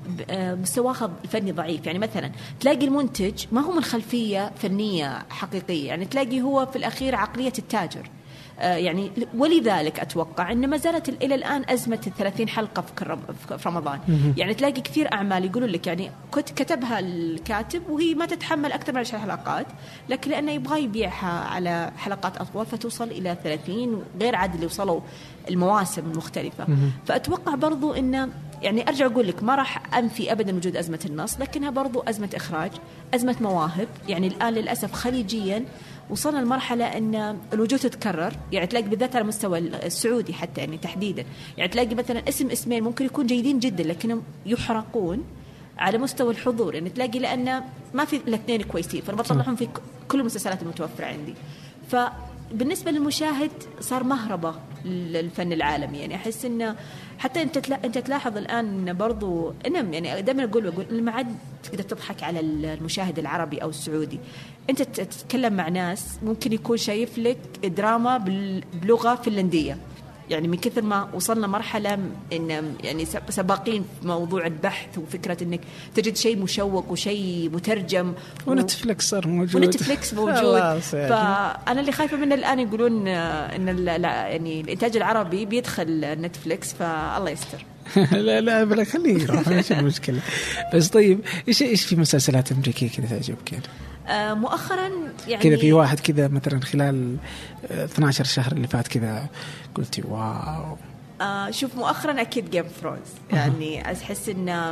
مستواها الفني ضعيف. يعني مثلا تلاقي المنتج ما هو من خلفية فنية حقيقية، يعني تلاقي هو في الأخير عقلية التاجر، يعني ولذلك أتوقع أن ما زالت إلى الآن أزمة 30 حلقة في رمضان. يعني تلاقي كثير أعمال يقولوا لك يعني كتبها الكاتب وهي ما تتحمل أكثر من 10 حلقات، لكن لأنه يبغى يبيعها على حلقات أطول فتوصل إلى 30 غير عاد اللي وصلوا المواسم المختلفة. فأتوقع برضو أنه يعني أرجع أقول لك ما راح أنفي أبدا وجود أزمة النص، لكنها برضو أزمة إخراج، أزمة مواهب. يعني الآن للأسف خليجيا وصلنا لمرحلة أن الوجوه تتكرر، يعني تلاقي بالذات على مستوى السعودي حتى يعني تحديدا، يعني تلاقي مثلا اسمين ممكن يكون جيدين جدا لكنهم يحرقون على مستوى الحضور. يعني تلاقي لأن ما في الاثنين كويسين فأنا بطلعهم في كل المسلسلات المتوفرة عندي. فبالنسبة للمشاهد صار مهربة للفن العالمي. يعني أحس إنه حتى أنت تلاحظ الآن برضو يعني دائما أقول ما عاد تقدر تضحك على المشاهد العربي أو السعودي. أنت تتكلم مع ناس ممكن يكون شايف لك دراما بلغة فنلندية، يعني من كثر ما وصلنا مرحلة إن يعني سباقين في موضوع البحث وفكرة إنك تجد شيء مشوق وشيء مترجم ونتفليكس صار موجود ونتفليكس موجود. فأنا اللي خايفة منه الآن يقولون إن يعني الإنتاج العربي بيدخل نتفليكس، فالله يستر. لا بلا خليه يروح مش المشكلة. بس طيب إيش في مسلسلات أمريكية كذا تعجبك يعني؟ مؤخرا يعني كذا في واحد كذا مثلا خلال 12 شهر اللي فات كذا قلتي واو؟ شوف مؤخرا أكيد جيم ثرونز، يعني أحس إن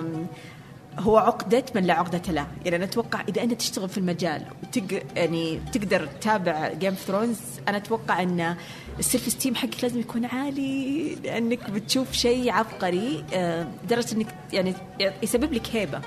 هو عقدة من لا عقدة له. يعني أنا أتوقع إذا أنت تشتغل في المجال يعني تقدر تتابع جيم ثرونز، أنا أتوقع أن السيلف ستيم حقك لازم يكون عالي، لأنك بتشوف شيء عبقري درجة أنك يعني يسبب لك هيبة.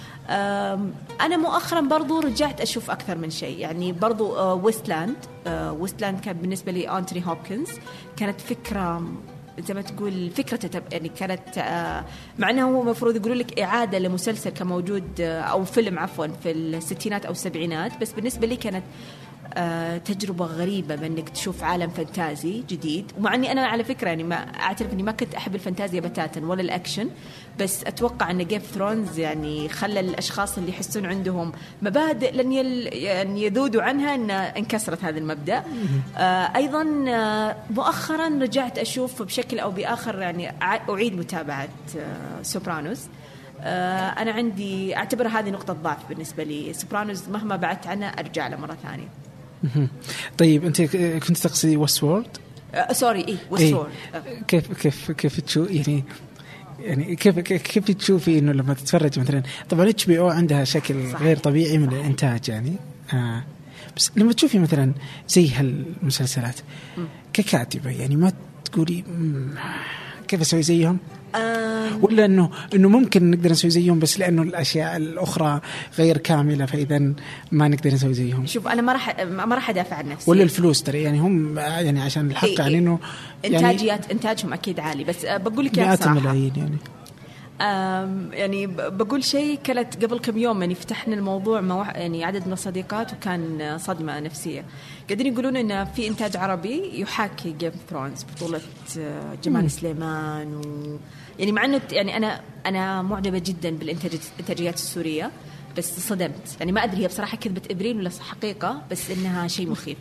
أنا مؤخرا برضو رجعت أشوف أكثر من شيء. يعني برضو ويستلاند كان بالنسبة لي أنتوني هوبكنز كانت فكرة زي ما تقول فكرة يعني كانت مع أنه هو مفروض يقولوا لك إعادة لمسلسل كان موجود أو فيلم عفوا في الستينات أو السبعينات، بس بالنسبة لي كانت تجربة غريبة بأنك تشوف عالم فانتازي جديد. ومع أني أنا على فكرة يعني ما أعترف أني ما كنت أحب الفانتازيا بتاتا ولا الأكشن، بس أتوقع أن جيم ثرونز يعني خلى الأشخاص اللي يحسون عندهم مبادئ لن يعني يذودوا عنها أن انكسرت هذا المبدأ. أيضا مؤخرا رجعت أشوف بشكل أو بآخر يعني أعيد متابعة سوبرانوس. أنا عندي أعتبر هذه نقطة ضعف بالنسبة لي، سوبرانوس مهما بعدت عنه أرجع له مرة ثانية. طيب أنت كنت تقصدي وستورد؟ سوري وستورد. كيف تشوف يعني كيف تشوفي إنه لما تتفرج مثلا، طبعا HBO عندها شكل صحيح. غير طبيعي من الإنتاج يعني بس لما تشوفي مثلا زي هالمسلسلات ككاتبة يعني ما تقولي كيف أسوي زيهم؟ ولا إنه ممكن نقدر نسوي زيهم بس لأنه الأشياء الأخرى غير كاملة فإذا ما نقدر نسوي زيهم؟ شوف أنا ما راح أدافع عن نفسي. ولا الفلوس ترى يعني هم يعني عشان الحق يعني إنه إنتاجهم أكيد عالي، بس بقول لك مئات الملايين يعني. يعني بقول شيء، كانت قبل كم يوم يعني فتحنا الموضوع مع يعني عدد من الصديقات، وكان صدمة نفسية. قاعدين يقولون إن في إنتاج عربي يحاكي جيم اوف ثرونز، بطولة جمال سليمان يعني مع إنه يعني أنا معجبة جدا بالإنتاجيات السورية، بس صدمت. يعني ما أدري هي بصراحة كذبة إبريل ولا حقيقة، بس إنها شيء مخيف.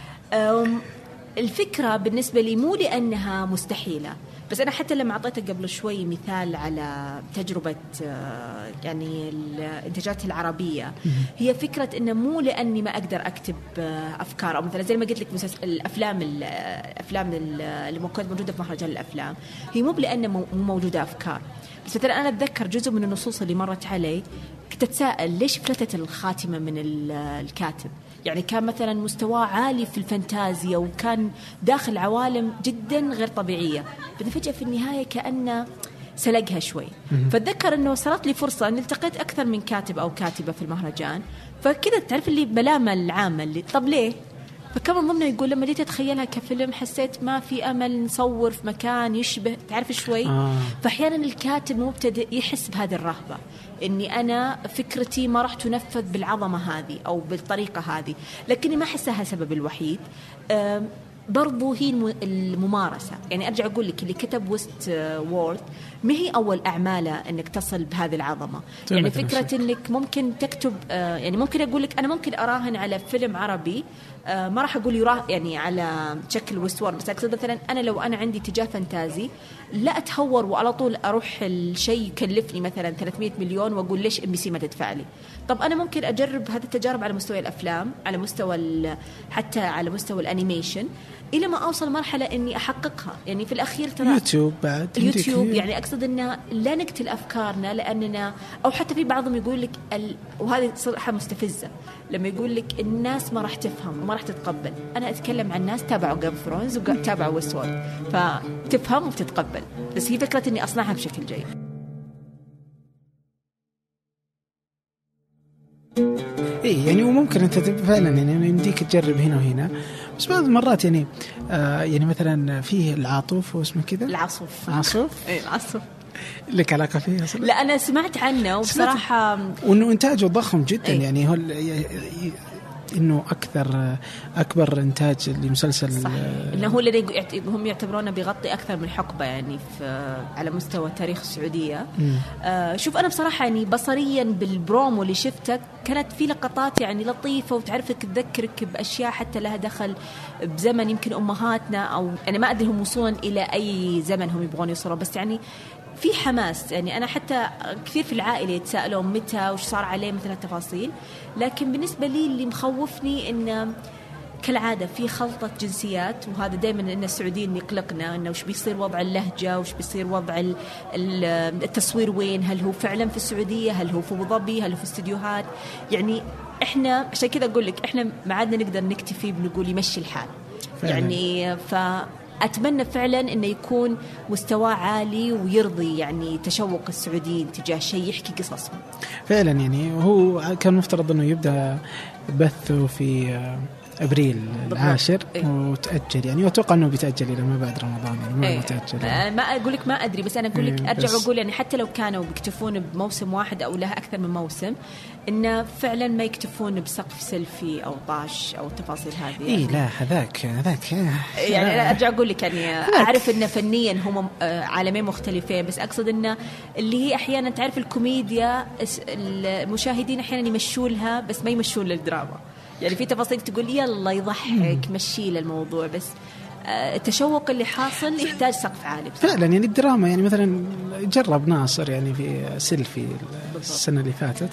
الفكرة بالنسبة لي مو لأنها مستحيلة، بس أنا حتى لما أعطيتك قبل شوي مثال على تجربة يعني الإنتاجات العربية، هي فكرة إنه مو لأني ما أقدر أكتب أفكار، أو مثلا زي ما قلت لك الأفلام اللي موجودة في مهرجان الأفلام، هي مو لأنه مو موجودة أفكار. بس مثلا أنا أتذكر جزء من النصوص اللي مرت علي كنت أتساءل ليش فلتت الخاتمة من الكاتب. يعني كان مثلا مستوى عالي في الفانتازيا، وكان داخل عوالم جدا غير طبيعية، بدأ فجأة في النهاية كأنه سلقها شوي. فاتذكر أنه صارت لي فرصة أن التقيت أكثر من كاتب أو كاتبة في المهرجان، فكذا تعرف اللي بلامة العامة اللي طب ليه؟ فكان من ضمنه يقول لما جيت أتخيلها كفيلم حسيت ما في أمل نصور في مكان يشبه تعرف شوي. فأحيانا الكاتب مبتدئ يحس بهذه الرهبة، إني أنا فكرتي ما راح تنفذ بالعظمة هذه أو بالطريقة هذه، لكني ما أحسها سبب الوحيد. برضو هي الممارسة. يعني أرجع أقول لك اللي كتب ويست وورد ما هي أول أعماله أنك تصل بهذه العظمة. يعني فكرة أنك ممكن تكتب يعني ممكن أقول لك أنا ممكن أراهن على فيلم عربي، ما راح أقول يراه يعني على شكل ويست وورد، بس أقصد مثلا أنا لو أنا عندي اتجاه فانتازي لا أتهور وعلى طول أروح الشيء يكلفني مثلا 300 مليون وأقول ليش MBC ما تدفع لي. طب أنا ممكن أجرب هذه التجارب على مستوى الأفلام، على مستوى حتى على مستوى الأنيميشن، إلى ما أوصل مرحلة إني أحققها. يعني في الأخير ترى يوتيوب بعد اليوتيوب يعني أقصد إن لا نقتل أفكارنا، لأننا أو حتى في بعضهم يقول لك وهذه صراحة مستفزة لما يقول لك الناس ما راح تفهم وما راح تتقبل. أنا أتكلم عن ناس تابعوا جيم اوف ثرونز وتابعوا ويست وورد، فتفهم وتتقبل، بس هي فكرة إني أصنعها بشكل جيد. إيه يعني وممكن أنت فعلا يعني يمديك تجرب هنا وهنا، بس بعض المرات يعني يعني مثلا فيه العاطف واسمه كذا عاصف إيه العاصف لك علاقة فيه أصلا؟ لا أنا سمعت عنه وبصراحة وإنه إنتاجه ضخم جدا. إيه؟ يعني هو إنه أكبر إنتاج لمسلسل، صح. إنه هو اللي هم يعتبرونه بيغطي أكثر من حقبة يعني على مستوى تاريخ السعودية. شوف أنا بصراحة يعني بصريا بالبرومو اللي شفته كانت في لقطات يعني لطيفة وتعرفك تذكرك بأشياء حتى لها دخل بزمن يمكن أمهاتنا، أو أنا ما أدري هم وصولا إلى أي زمن هم يبغون يوصلوا، بس يعني في حماس. يعني أنا حتى كثير في العائلة يتساءلون متى وش صار عليه مثل التفاصيل، لكن بالنسبة لي اللي مخوفني إن كالعادة في خلطة جنسيات، وهذا دائما إن السعوديين يقلقنا إنه وش بيصير وضع اللهجة، وش بيصير وضع التصوير وين، هل هو فعلا في السعودية، هل هو في أبو ظبي، هل هو في استديوهات. يعني إحنا عشان كذا أقول لك إحنا ما عادنا نقدر نكتفي بنقول يمشي الحال فعلا. يعني أتمنى فعلا إنه يكون مستوى عالي ويرضي يعني تشوق السعوديين تجاه شيء يحكي قصصهم فعلا. يعني هو كان مفترض إنه يبدأ بثه في أبريل 10 وتأجل، يعني وأتوقع أنه بيتأجل إلى ما بعد رمضان، يعني ما بيتأجل. ما أقول لك ما أدري، بس أنا أقول لك أرجع وأقول يعني حتى لو كانوا بيكتفون بموسم واحد أو لها أكثر من موسم، إنه فعلا ما يكتفون بسقف سيلفي أو طاش أو التفاصيل هذه. إيه لا هذاك يعني أرجع أقول لك يعني أعرف إن فنيا هم عالمين مختلفين، بس أقصد إنه اللي هي أحيانا تعرف الكوميديا المشاهدين أحيانا يمشولها بس ما يمشون للدراما. يعني في تفاصيل تقول يلا يضحك مشي للموضوع، بس التشوق اللي حاصل يحتاج سقف عالي فعلا. يعني الدراما يعني مثلا جرب ناصر يعني في سيلفي السنة اللي فاتت،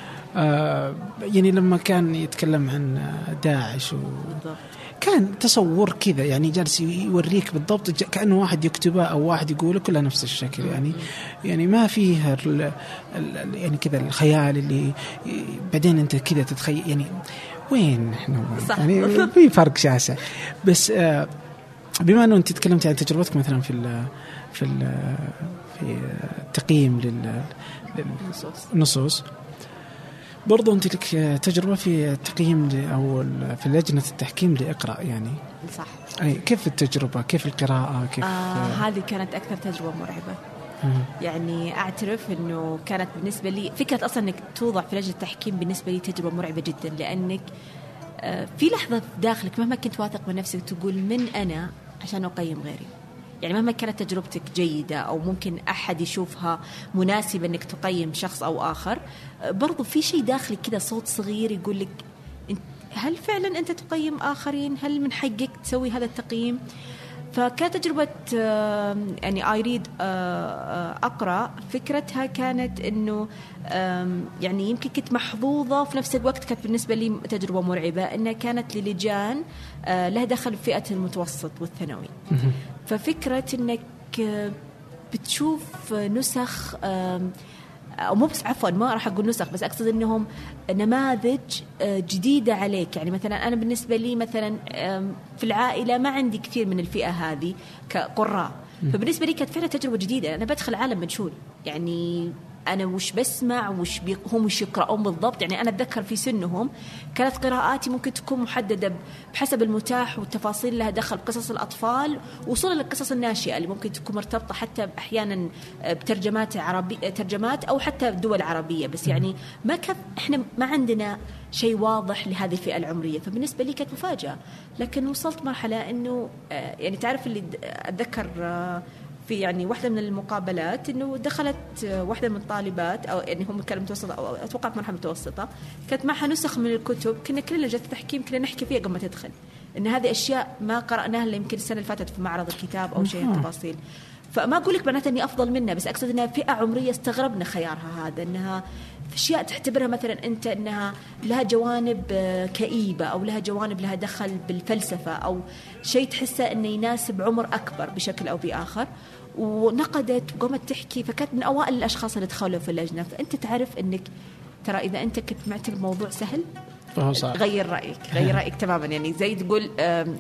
يعني لما كان يتكلم عن داعش كان تصور كذا، يعني جالس يوريك بالضبط كأنه واحد يكتبه أو واحد يقوله كلها نفس الشكل. يعني ما فيه يعني كذا الخيال اللي بعدين أنت كذا تتخيل يعني وين احنا يعني في فرق شاسع. بس بما أنه أنت تكلمت عن تجربتك مثلا في التقييم للنصوص، برضو أنت لك تجربة في التقييم أو في لجنة التحكيم لإقرأ يعني. صح. أي كيف التجربة، كيف القراءة، كيف هذه كانت أكثر تجربة مرعبة. يعني أعترف أنه كانت بالنسبة لي فكرة أصلا أنك توضع في لجنة التحكيم بالنسبة لي تجربة مرعبة جدا، لأنك في لحظة داخلك مهما كنت واثق من نفسك تقول من أنا عشان أقيم غيري. يعني مهما كانت تجربتك جيدة أو ممكن أحد يشوفها مناسبة أنك تقيم شخص أو آخر، برضو في شيء داخلي كده، صوت صغير يقول لك هل فعلا أنت تقيم آخرين؟ هل من حقك تسوي هذا التقييم؟ فكانت تجربة يعني أريد أقرأ فكرتها كانت إنه يعني يمكن كنت محظوظة في نفس الوقت، كانت بالنسبة لي تجربة مرعبة إنها كانت للجان لها دخل في فئة المتوسط والثانوي. ففكرة إنك بتشوف نسخ أو مو بس عفوا ما راح أقول نسخ، بس أقصد إنهم نماذج جديدة عليك. يعني مثلا أنا بالنسبة لي مثلا في العائلة ما عندي كثير من الفئة هذه كقراء، فبالنسبة لي كانت فعلا تجربة جديدة. أنا بدخل عالم مجهول، يعني أنا وش بسمع هم وش يقرأون بالضبط. يعني أنا أتذكر في سنهم كانت قراءاتي ممكن تكون محددة بحسب المتاح والتفاصيل لها دخل بقصص الأطفال، وصولا للقصص الناشئة اللي ممكن تكون مرتبطة حتى أحيانا بترجمات عربية، ترجمات أو حتى دول عربية. بس يعني ما كان إحنا ما عندنا شيء واضح لهذه الفئة العمرية، فبالنسبة لي كانت مفاجأة. لكن وصلت مرحلة إنه يعني تعرف اللي أتذكر في يعني واحدة من المقابلات إنه دخلت واحدة من الطالبات أو يعني هم كانوا متوسطة أو أتوقع مرحلة متوسطة، كانت معها نسخ من الكتب، كنا كلنا جلسة تحكيم كنا نحكي فيها قبل ما تدخل، إن هذه أشياء ما قرأناها إلا يمكن السنة اللي فاتت في معرض الكتاب أو شيء تفاصيل. فما أقول لك معناته إني أفضل منها، بس أقصد إنها فئة عمرية استغربنا خيارها هذا، إنها في أشياء تعتبرها مثلا أنت إنها لها جوانب كئيبة أو لها جوانب لها دخل بالفلسفة أو شيء تحسه إنه يناسب عمر أكبر بشكل أو بآخر، ونقدت وقامت تحكي. فكانت من أوائل الأشخاص اللي دخلوا في اللجنة. فأنت تعرف إنك ترى إذا أنت كنت معتبر الموضوع سهل غير رأيك تماما. يعني زي تقول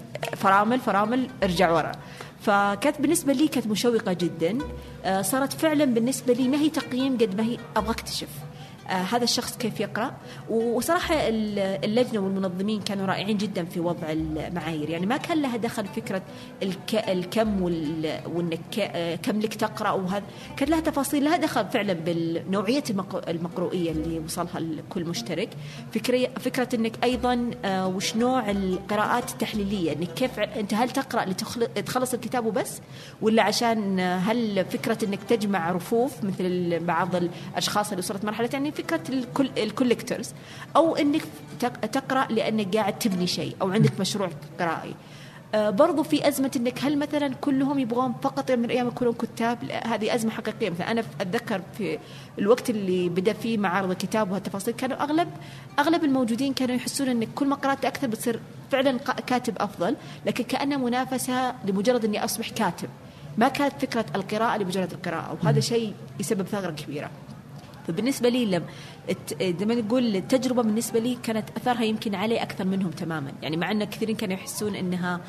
فرامل ارجع ورا. فكانت بالنسبة لي كانت مشوقة جدا. صارت فعلا بالنسبة لي ما هي تقييم قد ما هي أبغى أكتشف هذا الشخص كيف يقرأ. وصراحة اللجنة والمنظمين كانوا رائعين جدا في وضع المعايير. يعني ما كان لها دخل فكرة الكم وإنك كم لك تقرأ، وهذا كان لها تفاصيل، لها دخل فعلا بالنوعية المقروئية اللي وصلها لكل مشترك. فكرة إنك أيضا وش نوع القراءات التحليلية، إنك كيف أنت هل تقرأ لتخلص الكتاب وبس، ولا عشان هل فكرة إنك تجمع رفوف مثل بعض الأشخاص اللي وصلت مرحلة يعني فكرة الكوليكتورز، أو إنك تقرأ لأنك قاعد تبني شيء أو عندك مشروع قرائي. برضو في أزمة إنك هل مثلا كلهم يبغون فقط من الأيام يكونون كتاب. هذه أزمة حقيقية. مثلا أنا أتذكر في الوقت اللي بدأ فيه معارض الكتاب وهالتفاصيل كانوا أغلب الموجودين كانوا يحسون إن كل ما قرأت أكثر بتصير فعلا كاتب أفضل، لكن كأنها منافسة لمجرد إني أصبح كاتب. ما كانت فكرة القراءة لمجرد القراءة، وهذا شيء يسبب ثغرة كبيرة. فبالنسبة لي لما نقول التجربة بالنسبة لي كانت أثرها يمكن علي أكثر منهم تماما. يعني مع أن كثيرين كانوا يحسون أنها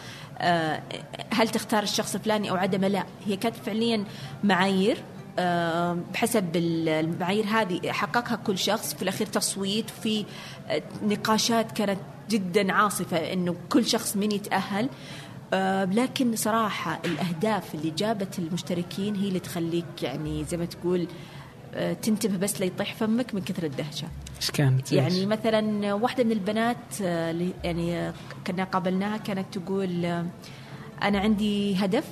هل تختار الشخص الفلاني أو عدم، لا، هي كانت فعليا معايير بحسب المعايير هذه حققها كل شخص. في الأخير تصويت وفي نقاشات كانت جدا عاصفة أنه كل شخص من يتأهل. لكن صراحة الأهداف اللي جابت المشتركين هي اللي تخليك يعني زي ما تقول تنتبه بس ليطيح فمك من كثر الدهشة. إيش كانت؟ يعني مثلا واحدة من البنات يعني كنا قابلناها كانت تقول أنا عندي هدف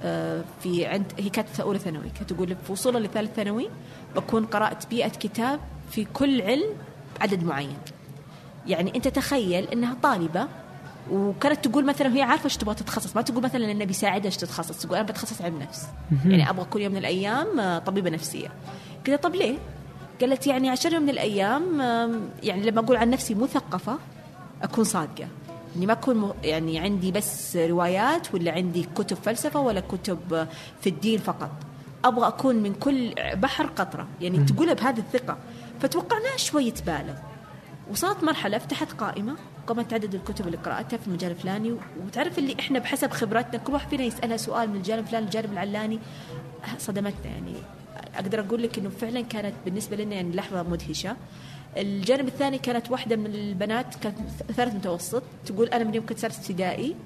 هي كانت في أولى ثانوي، كانت تقول في وصولها لثالث ثانوي بكون قرأت 100 كتاب في كل علم عدد معين. يعني أنت تخيل أنها طالبة وكانت تقول مثلا هي عارفة ايش تبغى تتخصص، ما تقول مثلا انه بيساعدها ايش تتخصص، تقول انا بتخصص علم نفس، يعني ابغى كل يوم من الايام طبيبة نفسية. كذا طب ليه؟ قالت يعني عشان يوم من الايام يعني لما اقول عن نفسي مثقفة اكون صادقة، اني ما اكون يعني عندي بس روايات ولا عندي كتب فلسفة ولا كتب في الدين فقط، ابغى اكون من كل بحر قطرة. يعني تقولها بهذه الثقة. فتوقعناها شوية تبالغ، وصارت مرحلة فتحت قائمة قامت تعدد الكتب اللي قرأتها في المجال الفلاني. وتعرف اللي إحنا بحسب خبراتنا كل واحد فينا يسألها سؤال من الجانب الفلاني الجانب العلاني. صدمتنا. يعني أقدر أقول لك إنه فعلا كانت بالنسبة لنا يعني لحظة مدهشة. الجانب الثاني كانت واحدة من البنات كانت ثالث متوسط تقول أنا من يوم كنت ثالث ابتدائي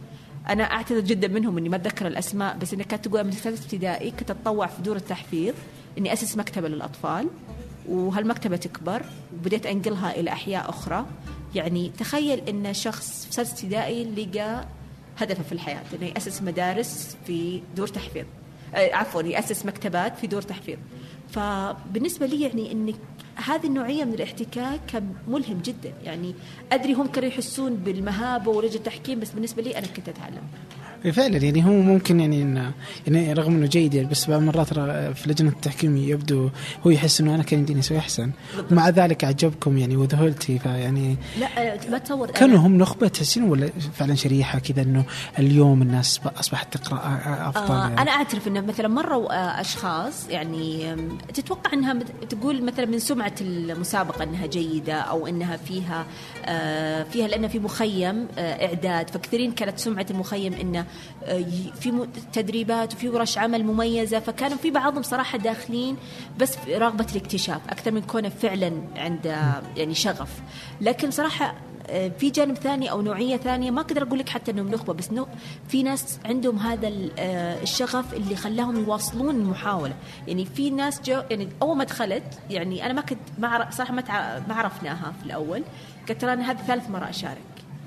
أنا أعتذر جدا منهم إني ما أتذكر الأسماء، بس إنها كانت تقول من ثالث ابتدائي كنت أتطوع في دور التحفيظ إني أسس مكتبة للأطفال، وهالمكتبة تكبر وبديت أنقلها إلى أحياء أخرى. يعني تخيل إن شخص في ثالث ابتدائي لقى هدفه في الحياة إنه يأسس مدارس في دور تحفيظ، عفوا يأسس مكتبات في دور تحفيظ. فبالنسبة لي يعني إن هذه النوعية من الاحتكاك كان ملهم جدا. يعني أدري هم كانوا يحسون بالمهابة ورجل التحكيم، بس بالنسبة لي أنا كنت أتعلم فعلا. يعني هو ممكن يعني رغم انه جيد يعني، بس بعض المرات في لجنه التحكيم يبدو هو يحس انه انا كان يمديني اسوي احسن، ومع ذلك عجبكم يعني وذهلتي. فيعني لا ما تصور كانوا هم نخبه تحسين ولا فعلا شريحه كذا انه اليوم الناس اصبحت تقرا افضل؟ يعني انا اعترف انه مثلا مروا اشخاص يعني تتوقع انها تقول مثلا من سمعه المسابقه انها جيده او انها فيها لان في مخيم اعداد، فكثيرين كانت سمعه المخيم انه في تدريبات وفي ورش عمل مميزة، فكانوا في بعضهم صراحة داخلين بس رغبة الاكتشاف أكثر من كونه فعلا عنده يعني شغف. لكن صراحة في جانب ثاني أو نوعية ثانية ما أقدر أقول لك حتى أنهم نخبة، بس في ناس عندهم هذا الشغف اللي خلاهم يواصلون المحاولة. يعني في ناس يعني أول ما دخلت يعني أنا ما كنت صراحة ما عرفناها في الأول، قلت ترى أنا هذه ثالث مرة أشارك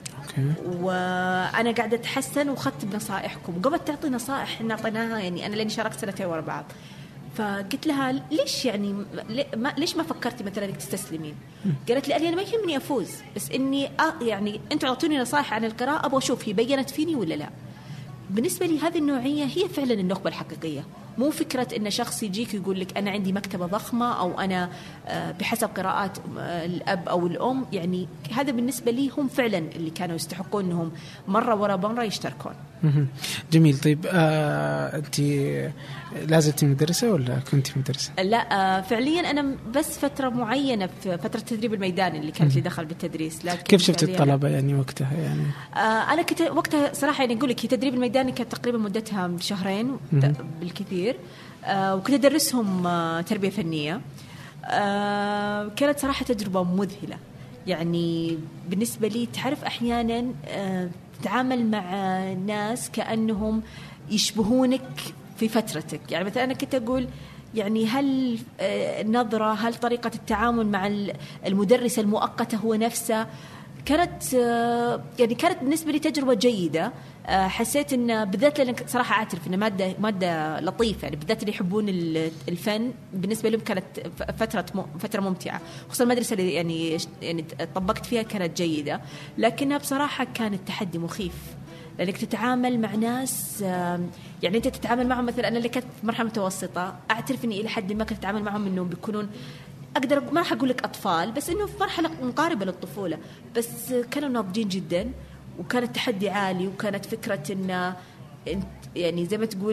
وأنا قاعدة أتحسن وخدت بنصائحكم، وقبل تعطي نصائح إحنا أعطيناها يعني أنا لأني شاركت سنتين ورا بعض. فقلت لها ليش يعني ليش ما فكرتي مثلا إنك تستسلمين؟ قالت لي أنا ما يهمني أفوز، بس إني يعني أنتوا أعطوني نصائح عن القراءة أبغى أشوف هي بينت فيني ولا لا. بالنسبة لي هذه النوعية هي فعلا النخبة الحقيقية، مو فكرة إن شخص يجيك يقول لك أنا عندي مكتبة ضخمة أو أنا بحسب قراءات الأب أو الأم. يعني هذا بالنسبة لي هم فعلا اللي كانوا يستحقون أنهم مرة ورا مرة يشتركون. جميل. طيب أنت لازلتي مدرسة ولا كنت مدرسة؟ لا فعليا أنا بس فترة معينة في فترة التدريب الميداني اللي كانت لي دخل بالتدريس. لكن كيف شفت الطلبة يعني وقتها؟ يعني أنا كنت وقتها صراحة يعني أقول لك التدريب الميداني كانت تقريبا مدتها من شهرين بالكثير، وكنت أدرسهم تربية فنية. كانت صراحة تجربة مذهلة. يعني بالنسبة لي تعرف أحيانا تتعامل مع ناس كأنهم يشبهونك في فترتك. يعني مثلا أنا كنت أقول يعني هل النظرة هل طريقة التعامل مع المدرس المؤقتة هو نفسه؟ كانت بالنسبة لي تجربة جيدة. حسيت إن بالذات لأن صراحة أعترف إن مادة لطيفة، يعني بالذات اللي يحبون الفن بالنسبة لهم كانت فترة ممتعة، خصوصا المدرسة اللي يعني طبقت فيها كانت جيدة. لكنها بصراحة كانت تحدي مخيف لأنك تتعامل مع ناس يعني أنت تتعامل معهم. مثلا أنا اللي كنت في مرحلة متوسطة أعترف إني إلى حد ما كنت أتعامل معهم إنهم بيكونون أقدر ما راح أقول لك أطفال، بس إنه في مرحلة مقاربة للطفولة، بس كانوا ناضجين جدا وكان التحدي عالي، وكانت فكرة إن يعني زي ما تقول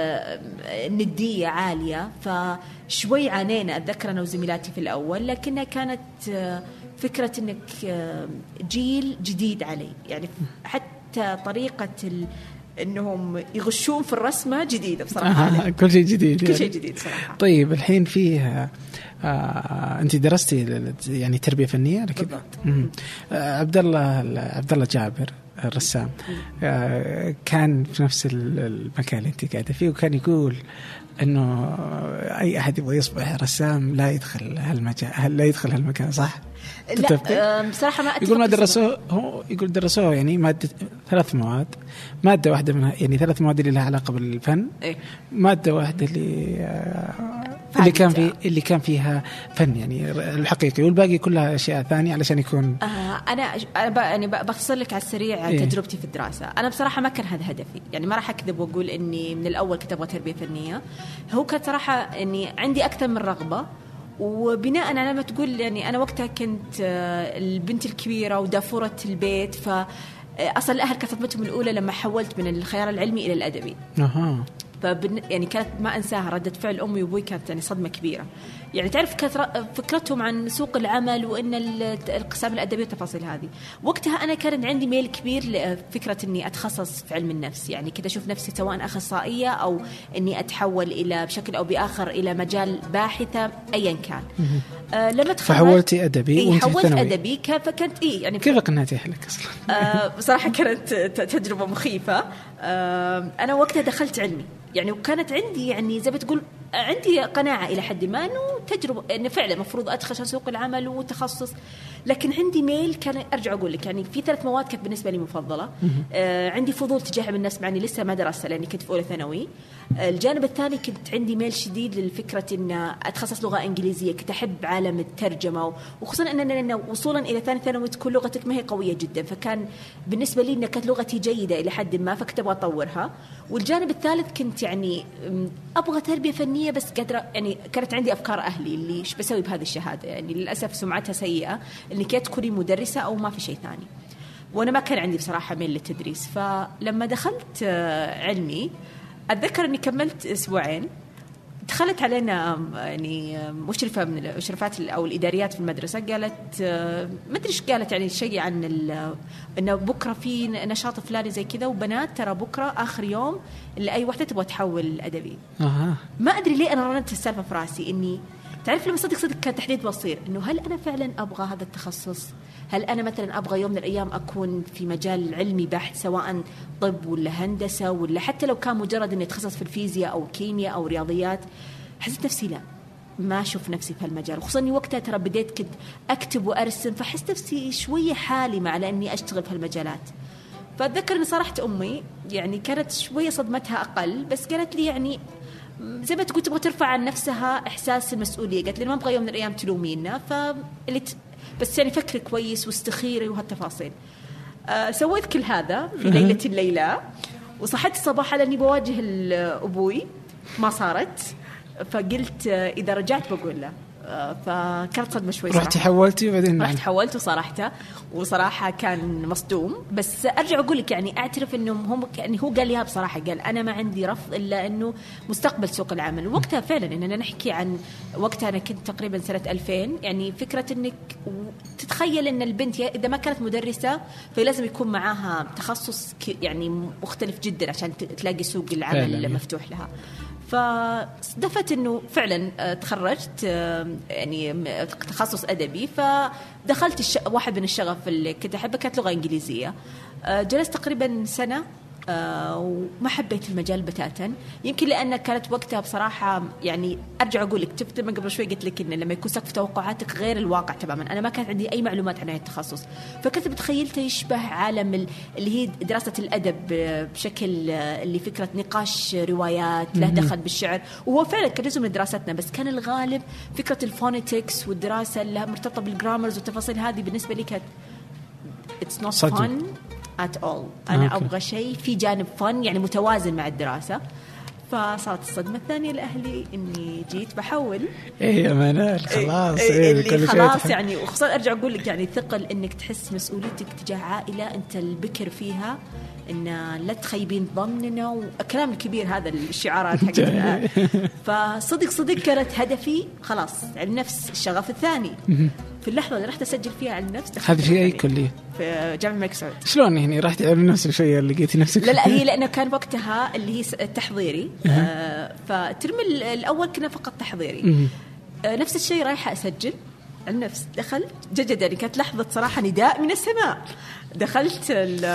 الندية عالية. فشوي عانينا أتذكر أنا وزميلاتي في الأول، لكنها كانت فكرة إنك جيل جديد علي. يعني حتى طريقة إنهم يغشون في الرسمة جديدة بصراحة. كل شيء جديد، كل شيء جديد صراحة. طيب الحين فيه أنت درستي يعني تربية فنية كذا. عبد الله جابر الرسام كان في نفس المكان اللي أنت قاعدة فيه، وكان يقول إنه أي أحد يبغى يصبح رسام لا يدخل هالمجال، لا يدخل هالمكان، صح؟ لا بصراحة ما يقول ما درسوه، هو يقول درسوه يعني مادة 3 مواد، مادة واحدة منها يعني 3 مواد اللي لها علاقة بالفن، مادة واحدة اللي كان فيها فن يعني الحقيقي، والباقي كلها أشياء ثانية علشان يكون. أنا يعني بختصر لك على السريع تجربتي في الدراسة. أنا بصراحة ما كان هذا هدفي، يعني ما راح أكذب وأقول إني من الأول كنت أبغى تربية فنية. هو كان صراحة إني عندي أكثر من رغبة، وبناء على ما تقول يعني أنا وقتها كنت البنت الكبيرة ودافورة البيت، فأصل الأهل كانت صدمتهم الأولى لما حولت من الخيار العلمي إلى الأدبي. يعني كانت ما أنساها ردة فعل أمي وأبوي، كانت يعني صدمة كبيرة. يعني تعرف فكرتهم عن سوق العمل وإن القسم الأدبي والتفاصيل هذه. وقتها أنا كان عندي ميل كبير لفكرة إني أتخصص في علم النفس، يعني كنت أشوف نفسي سواء أخصائية أو إني أتحول إلى بشكل أو بآخر إلى مجال باحثة أيا كان. لما فحولتي أدبي وأنت حولت ثانوي. أدبي فكنت يعني كيف قنعتي أهلك أصلا؟ بصراحة كانت تجربة مخيفة. أنا وقتها دخلت علمي يعني، وكانت عندي يعني زي ما تقول عندي قناعة إلى حد ما إنه تجربة، إنه فعلا مفروض أدخل سوق العمل وتخصص، لكن عندي ميل. كان أرجع أقول لك يعني في 3 مواد كانت بالنسبة لي مفضلة. عندي فضول تجاه علم النفس مع إني لسه ما درست لأني كنت في أولى ثانوي. الجانب الثاني كنت عندي ميل شديد للفكرة إن أتخصص لغة إنجليزية، كنت أحب عالم الترجمة، وخصوصا أن وصولا إلى ثاني ثانوي تكون لغتك ما هي قوية جدا، فكان بالنسبة لي إن كانت لغتي جيدة إلى حد ما، فكنت أبغى أطورها. والجانب الثالث كنت يعني أبغى تربية فنية، بس قادرة يعني كانت عندي أفكار أهلي اللي إيش بسوي بهذه الشهادة، يعني للأسف سمعتها سيئة إني كنت تكوني مدرسة أو ما في شيء ثاني، وأنا ما كان عندي بصراحة ميل للتدريس. فلما دخلت علمي أتذكر أني كملت أسبوعين، دخلت علينا يعني مشرفة من المشرفات أو الإداريات في المدرسة، قالت ما أدري إيش قالت، يعني شيء عن إنه بكرة في نشاط فلاني زي كذا، وبنات ترى بكرة آخر يوم اللي أي واحدة تبغى تحول أدبي. ما أدري ليه أنا رنت السالفة في راسي، إني تعرف لما صدق كان تحديد بصير إنه هل أنا فعلا أبغى هذا التخصص؟ هل أنا مثلا أبغى يوم من الأيام أكون في مجال علمي بحت، سواء طب ولا هندسة، ولا حتى لو كان مجرد إني أتخصص في الفيزياء أو كيمياء أو رياضيات؟ حسيت نفسي لا، ما أشوف نفسي في هالمجال، خصوصا إني وقتها ترى بديت كنت أكتب وأرسم، فحس نفسي شوية حالمة على إني أشتغل في هالمجالات. فأتذكر إني صرحت أمي، يعني كانت شوية صدمتها أقل، بس قالت لي يعني زي ما تقول تبغى ترفع عن نفسها إحساس المسؤولية، قالت لي ما أبغى يوم من الأيام تلومينا، بس يعني فكر كويس واستخيري وهالتفاصيل. سويت كل هذا في ليلة الليلة، وصحت الصباح على أني بواجه أبوي، ما صارت، فقلت إذا رجعت بقول له. فكانت صدمة شوي صراحة. رحت حولتي وبعدين رحت حولت وصراحته، وصراحة كان مصدوم. بس أرجع أقول لك يعني أعترف إنه يعني هو قال لي بصراحة، قال أنا ما عندي رفض إلا إنه مستقبل سوق العمل. وقتها فعلا إننا نحكي عن وقتها أنا كنت تقريبا سنة 2000، يعني فكرة إنك تتخيل إن البنت إذا ما كانت مدرسة فلازم يكون معاها تخصص يعني مختلف جدا عشان تلاقي سوق العمل مفتوح لها. فصدفت إنه فعلا تخرجت يعني تخصص أدبي، فدخلت واحد من الشغف اللي كنت أحبه كانت لغة إنجليزية. جلست تقريبا سنة وما حبيت المجال بتاتا، يمكن لأن كانت وقتها بصراحة يعني أرجع أقول لك شفت من قبل شوي قلت لك إن لما يكون سقف توقعاتك غير الواقع تماما. أنا ما كانت عندي أي معلومات عن هذا التخصص، فكنت بتخيلته يشبه عالم اللي هي دراسة الأدب بشكل اللي فكرة نقاش روايات له دخل بالشعر، وهو فعلا كان جزء من دراستنا، بس كان الغالب فكرة الفونيتكس والدراسة اللي مرتبطة بالجرامرز والتفاصيل هذه بالنسبة لي كانت it's not fun at all. أنا أبغى شيء في جانب فن يعني متوازن مع الدراسة. فصارت الصدمة الثانية لأهلي إني جيت بحول. إيه يا منال خلاص اللي خلاص يعني، وخصوصا أرجع أقول لك يعني ثقل إنك تحس مسؤوليتك تجاه عائلة أنت البكر فيها، إن لا تخيبين ظننا وكلام الكبير هذا الشعارات حقتنا. فصدق كانت هدفي خلاص علم نفس الشغف الثاني. في اللحظة اللي رحت أسجل فيها علم نفس هذا في أي كلية؟ في جامعة الملك سعود. شلون يعني رحت علم نفس شوية لقيتي نفسك؟ لا هي لأنه كان وقتها اللي هي التحضيري. فالترم الأول كنا فقط تحضيري. نفس الشيء رايحة أسجل علم نفس، دخلت يعني كانت لحظة صراحة نداء من السماء. دخلت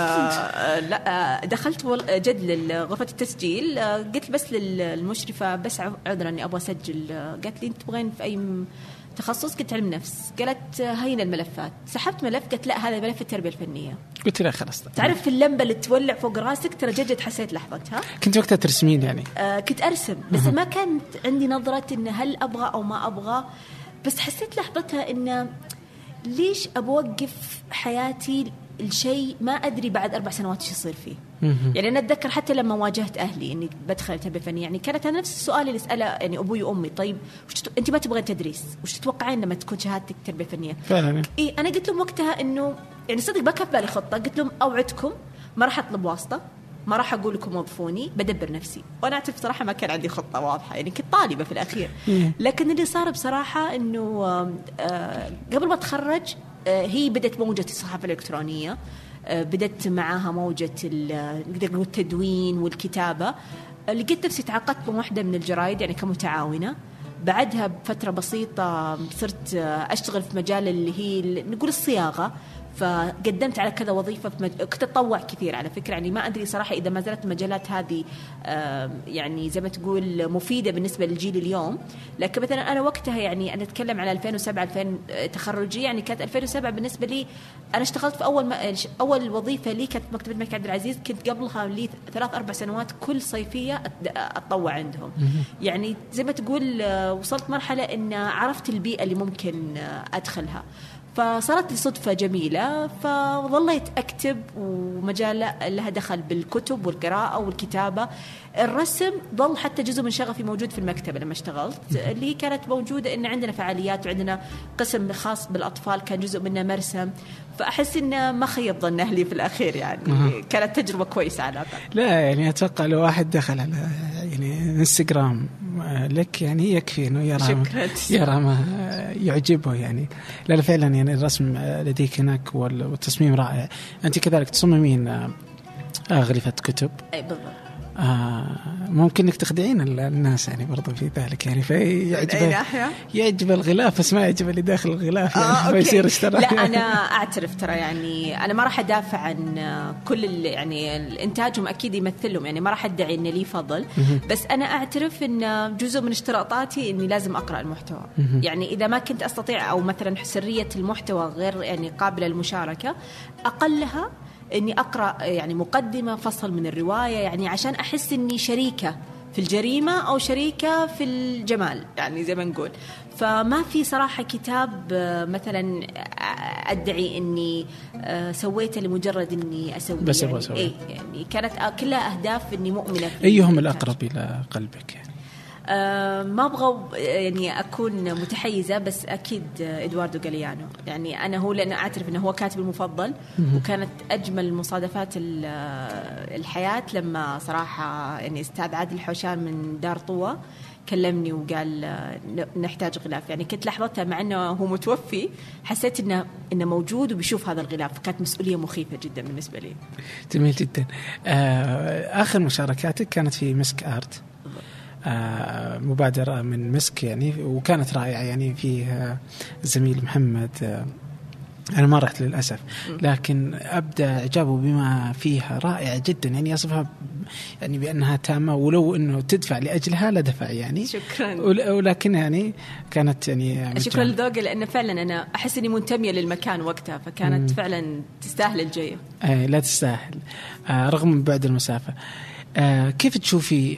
جد لغرفة التسجيل، قلت بس للمشرفة بس عذرا إني أبغى أسجل. قالت لي أنت تبغين في أي تخصص؟ قلت علم نفس. قالت هينا الملفات. سحبت ملف، قلت لا هذا ملف التربية الفنية. قلت لا خلاص. تعرف في اللمبة اللي تولع فوق راسك، ترى جد حسيت لحظتها. كنت وقتها ترسمين يعني؟ كنت أرسم، بس ما كانت عندي نظرة إن هل أبغى أو ما أبغى، بس حسيت لحظتها إن ليش أبوقف حياتي الشيء ما أدري بعد 4 سنوات إيش يصير فيه. يعني أنا أتذكر حتى لما واجهت أهلي إني بدخل تربية فنية، يعني كانت نفس السؤال اللي أسأله يعني أبوي وأمي، طيب أنت ما تبغين تدريس، وش تتوقعين لما تكون شهادتك تربية فنية؟ فعلا. إيه أنا قلت لهم وقتها إنه يعني صدق ما كان بالي خطة، قلت لهم أوعدكم ما راح أطلب واسطة، ما راح أقول لكم وظفوني، بدبر نفسي. وأنا أعترف صراحة ما كان عندي خطة واضحة، يعني كنت طالبة في الأخير. لكن اللي صار بصراحة إنه قبل ما أتخرج هي بدأت موجة الصحافة الإلكترونية، بدأت معها موجة التدوين والكتابة. لقيت نفسي تعاقدت بواحدة من الجرايد يعني كمتعاونة. بعدها بفترة بسيطة صرت أشتغل في مجال اللي هي نقول الصياغة، فقدمت على كذا وظيفة كنت أتطوع كثير على فكرة. يعني ما أدري صراحة إذا ما زالت المجالات هذه يعني زي ما تقول مفيدة بالنسبة للجيل اليوم. لكن مثلا أنا وقتها يعني أنا أتكلم على 2007 2000 تخرجي، يعني كانت 2007 بالنسبة لي أنا اشتغلت في أول وظيفة لي كانت مكتبة الملك عبد العزيز. كنت قبلها لي 3-4 سنوات كل صيفية أتطوع عندهم. يعني زي ما تقول وصلت مرحلة إن عرفت البيئة اللي ممكن أدخلها، فصارت لي صدفة جميلة فظليت أكتب. ومجال لها دخل بالكتب والقراءة والكتابة. الرسم ظل حتى جزء من شغفي موجود في المكتبة لما اشتغلت، اللي كانت موجودة إن عندنا فعاليات وعندنا قسم خاص بالأطفال كان جزء منه مرسم. فأحس إنه ما خيب ظن أهلي في الأخير، يعني كانت تجربة كويسة على الأقل. لا يعني أتوقع لو واحد دخل على يعني انستغرام لك يعني يكفي إنه يرى ما يعجبه يعني. لا فعلا يعني الرسم لديك هناك والتصميم رائع. أنت كذلك تصممين أغلفة كتب. أي بالضبط. ممكن انك تخدعين الناس يعني برضو في ذلك، يعني يعجب الغلاف بس ما يعجب اللي داخل الغلاف يعني فيصير اشتراك. لا انا اعترف ترى يعني انا ما راح ادافع عن كل يعني الانتاجهم اكيد يمثلهم، يعني ما راح ادعي ان لي فضل، بس انا اعترف ان جزء من اشتراطاتي اني لازم اقرا المحتوى. يعني اذا ما كنت استطيع او مثلا سرية المحتوى غير يعني قابلة للمشاركة، اقلها إني أقرأ يعني مقدمة فصل من الرواية، يعني عشان أحس إني شريكة في الجريمة أو شريكة في الجمال يعني زي ما نقول. فما في صراحة كتاب مثلا أدعي إني سويته لمجرد إني أسوي بس يعني, يعني كانت كلها أهداف إني مؤمنة فيه. أيهم الأقرب إلى قلبك يعني؟ ما أبغى يعني أكون متحيزة، بس أكيد إدواردو غاليانو. يعني أنا هو لأن أعترف أنه هو كاتب المفضل، وكانت أجمل مصادفات الحياة لما صراحة يعني أستاذ عادل حوشان من دار طوى كلمني وقال نحتاج غلاف. يعني كنت لحظتها مع أنه هو متوفي حسيت إنه موجود وبيشوف هذا الغلاف، فكانت مسؤولية مخيفة جدا بالنسبة لي. جميل جدا. آخر مشاركاتك كانت في مسك آرت، مبادرة من مسك يعني، وكانت رائعة يعني. فيه الزميل محمد أنا ما رحت للأسف، لكن أبدأ إعجابه بما فيها رائعة جدا. يعني أصفها يعني بأنها تامة، ولو أنه تدفع لأجلها لا دفع يعني. شكرا. ولكن يعني كانت يعني شكرا لذوقي، لأن فعلا أنا أحس أني منتمية للمكان وقتها، فكانت فعلا تستاهل الجاية. لا تستاهل رغم بعد المسافة. كيف تشوفي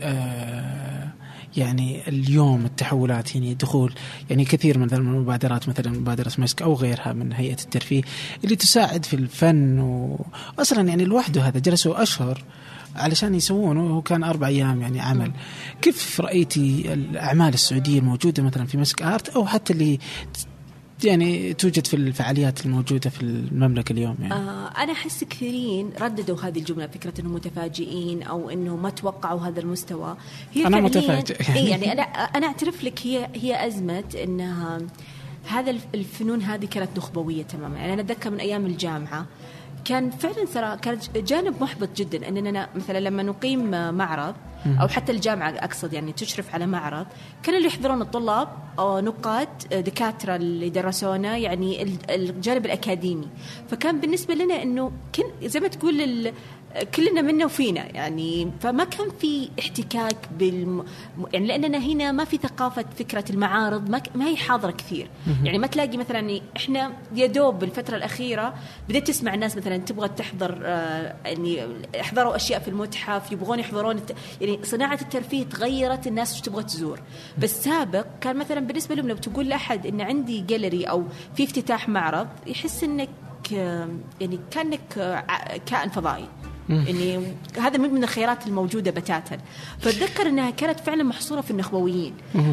يعني اليوم التحولات، يعني دخول يعني كثير من المبادرات مثلا مبادرة مسك أو غيرها من هيئة الترفيه اللي تساعد في الفن، وأصلا يعني لوحده هذا جلسوا أشهر علشان يسوونه، وكان 4 أيام يعني عمل. كيف رأيتي الأعمال السعودية الموجودة مثلا في مسك آرت، أو حتى اللي يعني توجد في الفعاليات الموجودة في المملكة اليوم يعني؟ أنا أحس كثيرين رددوا هذه الجملة، فكرة أنهم متفاجئين أو أنه ما توقعوا هذا المستوى. هي أنا متفاجئ يعني أنا أعترف لك هي أزمة أنها هذا الفنون هذه كانت نخبوية تماما. يعني أنا أتذكر من أيام الجامعة كان فعلا ترى كانت جانب محبط جدا أننا مثلا لما نقيم معرض أو حتى الجامعة أقصد يعني تشرف على معرض، كانوا اللي يحضرون الطلاب أو نقاد دكاترة اللي درسونا يعني الجانب الأكاديمي. فكان بالنسبة لنا أنه زي ما تقول كلنا منا وفينا يعني. فما كان في احتكاك يعني لأننا هنا ما في ثقافة فكرة المعارض، ما هي حاضرة كثير. يعني ما تلاقي مثلا إحنا يدوب بالفترة الأخيرة بدأت تسمع الناس مثلا تبغى تحضر يعني يحضروا أشياء في المتحف، يبغون يحضرون يعني صناعة الترفيه تغيرت، الناس تبغى تزور. بس سابق كان مثلا بالنسبة لهم لو تقول لأحد إن عندي جاليري أو في افتتاح معرض، يحس إنك يعني كأنك كائن فضائي. يعني هذا من الخيارات الموجودة بتاتا. فأتذكر أنها كانت فعلا محصورة في النخبويين.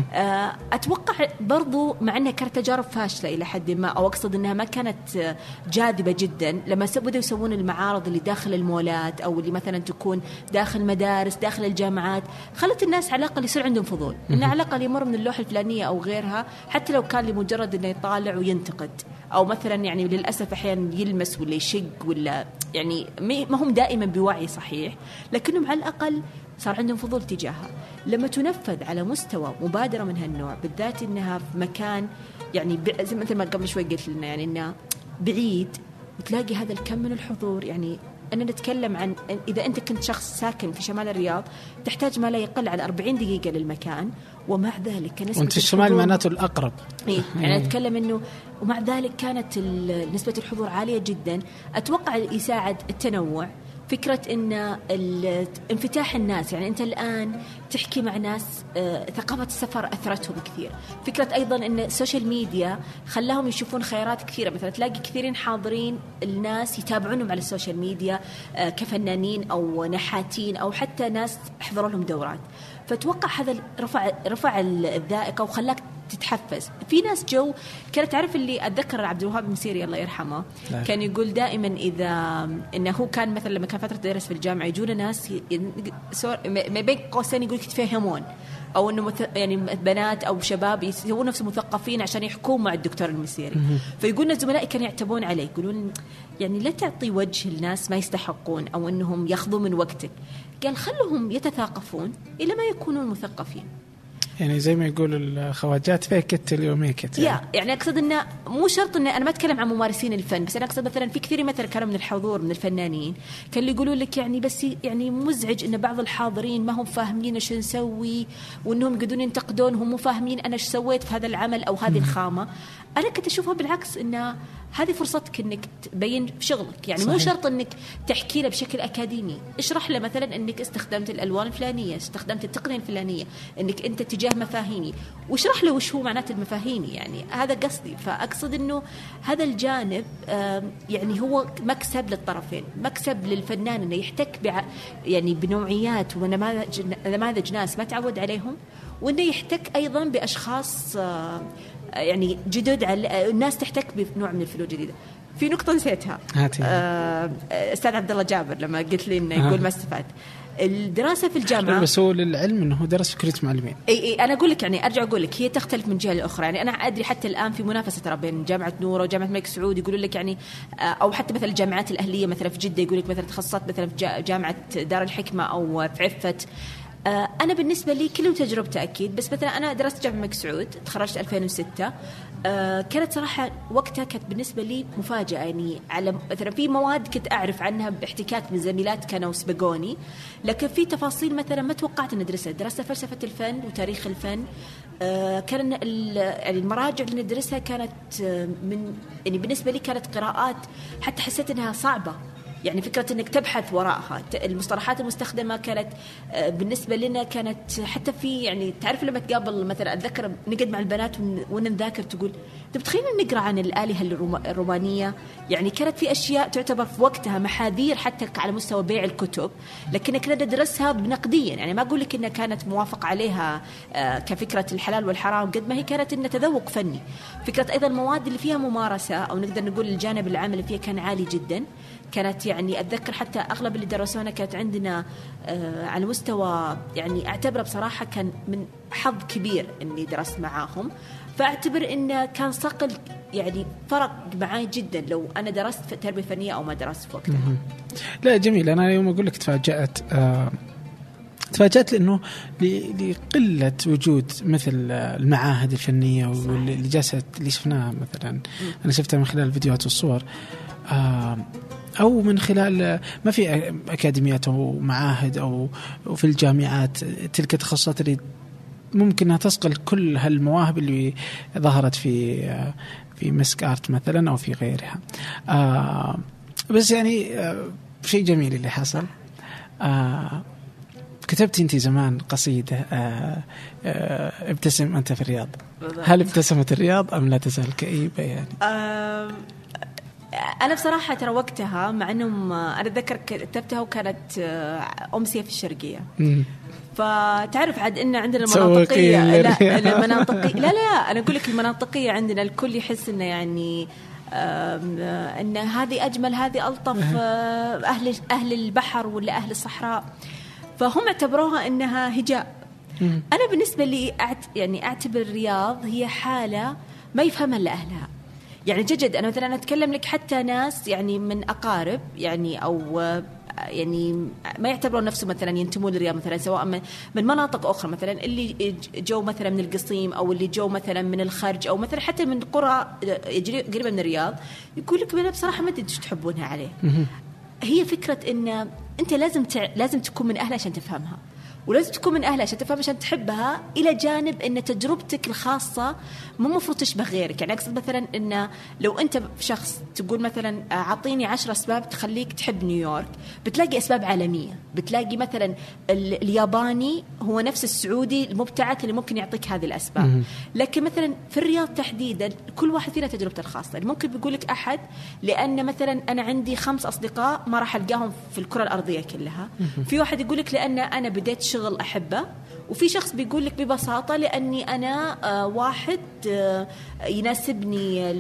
أتوقع برضو مع أنها كانت تجارب فاشلة إلى حد ما، أو أقصد أنها ما كانت جاذبة جدا، لما بدأوا يسوون المعارض اللي داخل المولات أو اللي مثلا تكون داخل مدارس داخل الجامعات، خلت الناس على الأقل يصير عندهم فضول إنه على الأقل يمر من اللوحة الفلانية أو غيرها، حتى لو كان لمجرد إنه يطالع وينتقد، أو مثلا يعني للأسف أحيانا يلمس ولا يشق ولا يعني ما هم دائما بوعي صحيح، لكنهم على الأقل صار عندهم فضول تجاهها. لما تنفذ على مستوى مبادرة من هالنوع، بالذات إنها في مكان يعني زي مثل ما قبل شوي قلت لنا يعني إنها بعيد، وتلاقي هذا الكم من الحضور. يعني أنا نتكلم عن إذا أنت كنت شخص ساكن في شمال الرياض تحتاج ما لا يقل على 40 دقيقة للمكان، ومع ذلك وانت الشمال معناته الأقرب. يعني أتكلم إنه ومع ذلك كانت نسبة الحضور عالية جدا. أتوقع يساعد التنوع، فكرة إن انفتاح الناس. يعني أنت الآن تحكي مع ناس ثقافة السفر أثرتهم كثير. فكرة أيضا إن السوشيال ميديا خلاهم يشوفون خيارات كثيرة، مثلا تلاقي كثيرين حاضرين الناس يتابعونهم على السوشيال ميديا كفنانين أو نحاتين أو حتى ناس حضروا لهم دورات. فتوقع هذا رفع الذائقة وخلاك تتحفز. في ناس جو كانت تعرف اللي أتذكر عبد الوهاب المسيري الله يرحمه كان يقول دائما إذا إنه هو كان مثلا لما كان فترة درس في الجامعة يجون ناس ما بين قوسين يقول يتفهمون، أو إنه يعني بنات أو شباب يسوون نفسهم مثقفين عشان يحكون مع الدكتور المسيري. فيقولنا زملائي كانوا يعتبون عليه يقولون يعني لا تعطي وجه الناس ما يستحقون أو إنهم ياخذون من وقتك. قال خلهم يتثاقفون إلى ما يكونون مثقفين. يعني زي ما يقول الخواجات فيكت اليوميكت يعني أقصد إنه مو شرط إن أنا ما أتكلم عن ممارسين الفن، بس أنا أقصد مثلا في كثير مثلا كانوا من الحضور من الفنانين كانوا يقولوا لك يعني بس يعني مزعج إن بعض الحاضرين ما هم فاهمين إيش نسوي، وإنهم يقدرون ينتقدون هم مو فاهمين أنا إيش سويت في هذا العمل أو هذه الخامة. أنا كنت أشوفها بالعكس إن هذه فرصتك إنك تبين شغلك. يعني صحيح. مو شرط إنك تحكي له بشكل أكاديمي، اشرح له مثلا إنك استخدمت الألوان الفلانية، استخدمت التقنية الفلانية، إنك أنت تجاه مفاهيمي، واشرح له وش هو معنات المفاهيمي. يعني هذا قصدي. فأقصد إنه هذا الجانب يعني هو مكسب للطرفين، مكسب للفنان إنه يحتك يعني بنوعيات ونماذج ناس ما تعود عليهم، وإنه يحتك أيضا بأشخاص يعني جدد، على الناس تحتك بنوع من الفنون الجديدة. في نقطة نسيتها أستاذ عبد الله جابر لما قلت لي إنه يقول ما استفاد الدراسة في الجامعة. بس هو للعلم إنه درس فكرة معلمين. أي أنا أقول لك يعني أرجع أقول لك هي تختلف من جهة لأخرى. يعني أنا أدري حتى الآن في منافسة ترى بين جامعة نورة وجامعة الملك سعود، يقولوا لك يعني أو حتى مثلا الجامعات الأهلية مثلا في جدة يقول لك مثلا تخصصات مثلا في جامعة دار الحكمة أو في عفت. أنا بالنسبة لي كلهم تجربته أكيد، بس مثلا أنا درست جامعة الملك سعود تخرجت 2006. كانت صراحة وقتها كانت بالنسبة لي مفاجأة. يعني على مثلا في مواد كنت أعرف عنها باحتكاك من زميلات كانوا سبقوني، لكن في تفاصيل مثلا ما توقعت أن أدرسها. درست فلسفة الفن وتاريخ الفن. كان المراجع اللي ندرسها كانت من يعني بالنسبة لي كانت قراءات حتى حسيت أنها صعبة. يعني فكرة أنك تبحث وراءها، المصطلحات المستخدمة كانت بالنسبة لنا كانت حتى في يعني تعرف لما تقابل مثلا أتذكر نقعد مع البنات ونذاكر تقول تبتخيل نقرأ عن الآلهة الرومانية. يعني كانت في أشياء تعتبر في وقتها محاذير حتى على مستوى بيع الكتب، لكن كنا ندرسها بنقديا. يعني ما أقول لك إنها كانت موافق عليها كفكرة الحلال والحرام قد ما هي كانت إنها تذوق فني. فكرة أيضا المواد اللي فيها ممارسة أو نقدر نقول الجانب العمل اللي فيها كان عالي جدا. كانت يعني أتذكر حتى أغلب اللي درسونا كانت عندنا على مستوى يعني أعتبره بصراحة كان من حظ كبير إني درست معاهم. فأعتبر إنه كان صقل يعني فرق معاي جدا لو أنا درست في تربية فنية أو ما درست في وقتها. لا جميل. أنا اليوم أقول لك تفاجأت لأنه لقلة وجود مثل المعاهد الفنية واللي جالسة اللي شفناها مثلا أنا شفتها من خلال الفيديوهات والصور أو من خلال ما في أكاديميات أو معاهد أو في الجامعات تلك التخصصات اللي ممكن أنها تصقل كل هالمواهب اللي ظهرت في مسك آرت مثلا أو في غيرها. بس يعني شيء جميل اللي حصل. كتبت أنت زمان قصيدة ابتسم أنت في الرياض. هل ابتسمت الرياض أم لا تزال كئيبة؟ يعني أنا بصراحة ترى وقتها مع أنهم أنا أتذكر كتبتها وكانت أمسية في الشرقية. فتعرف عاد إن عندنا المناطقية المناطقية لا أنا أقول لك المناطقية عندنا الكل يحس إنه يعني إن هذه أجمل هذه ألطف أهل البحر ولا أهل الصحراء، فهم اعتبروها إنها هجاء. أنا بالنسبة لي يعني أعتبر الرياض هي حالة ما يفهمها إلا أهلها. يعني جد أنا مثلا أتكلم لك حتى ناس يعني من أقارب يعني أو يعني ما يعتبرون نفسه مثلا ينتمون للرياض مثلا، سواء من مناطق أخرى مثلا اللي جو مثلا من القصيم أو اللي جو مثلا من الخرج أو مثلا حتى من قرى قريبة من الرياض، يقول لك أنا بصراحة ما أدري إيش تحبونها عليه. هي فكرة إن أنت لازم تكون من أهلها عشان تفهمها، ولازم تكون من أهلها عشان تفهم عشان تحبها، إلى جانب أن تجربتك الخاصة مو مفروض تشبه غيرك. يعني أقصد مثلا أن لو أنت شخص تقول مثلا أعطيني 10 أسباب تخليك تحب نيويورك، بتلاقي أسباب عالمية. بتلاقي مثلا الياباني هو نفس السعودي المبتعث اللي ممكن يعطيك هذه الأسباب. لكن مثلا في الرياض تحديدا كل واحد فينا تجربته الخاصة. يعني ممكن بيقولك أحد لأن مثلا أنا عندي 5 أصدقاء ما راح ألقاهم في الكرة الأرضية كلها. في واحد يقولك لأن أنا بديت شغل أحبه، وفي شخص بيقول لك ببساطة لأني أنا واحد يناسبني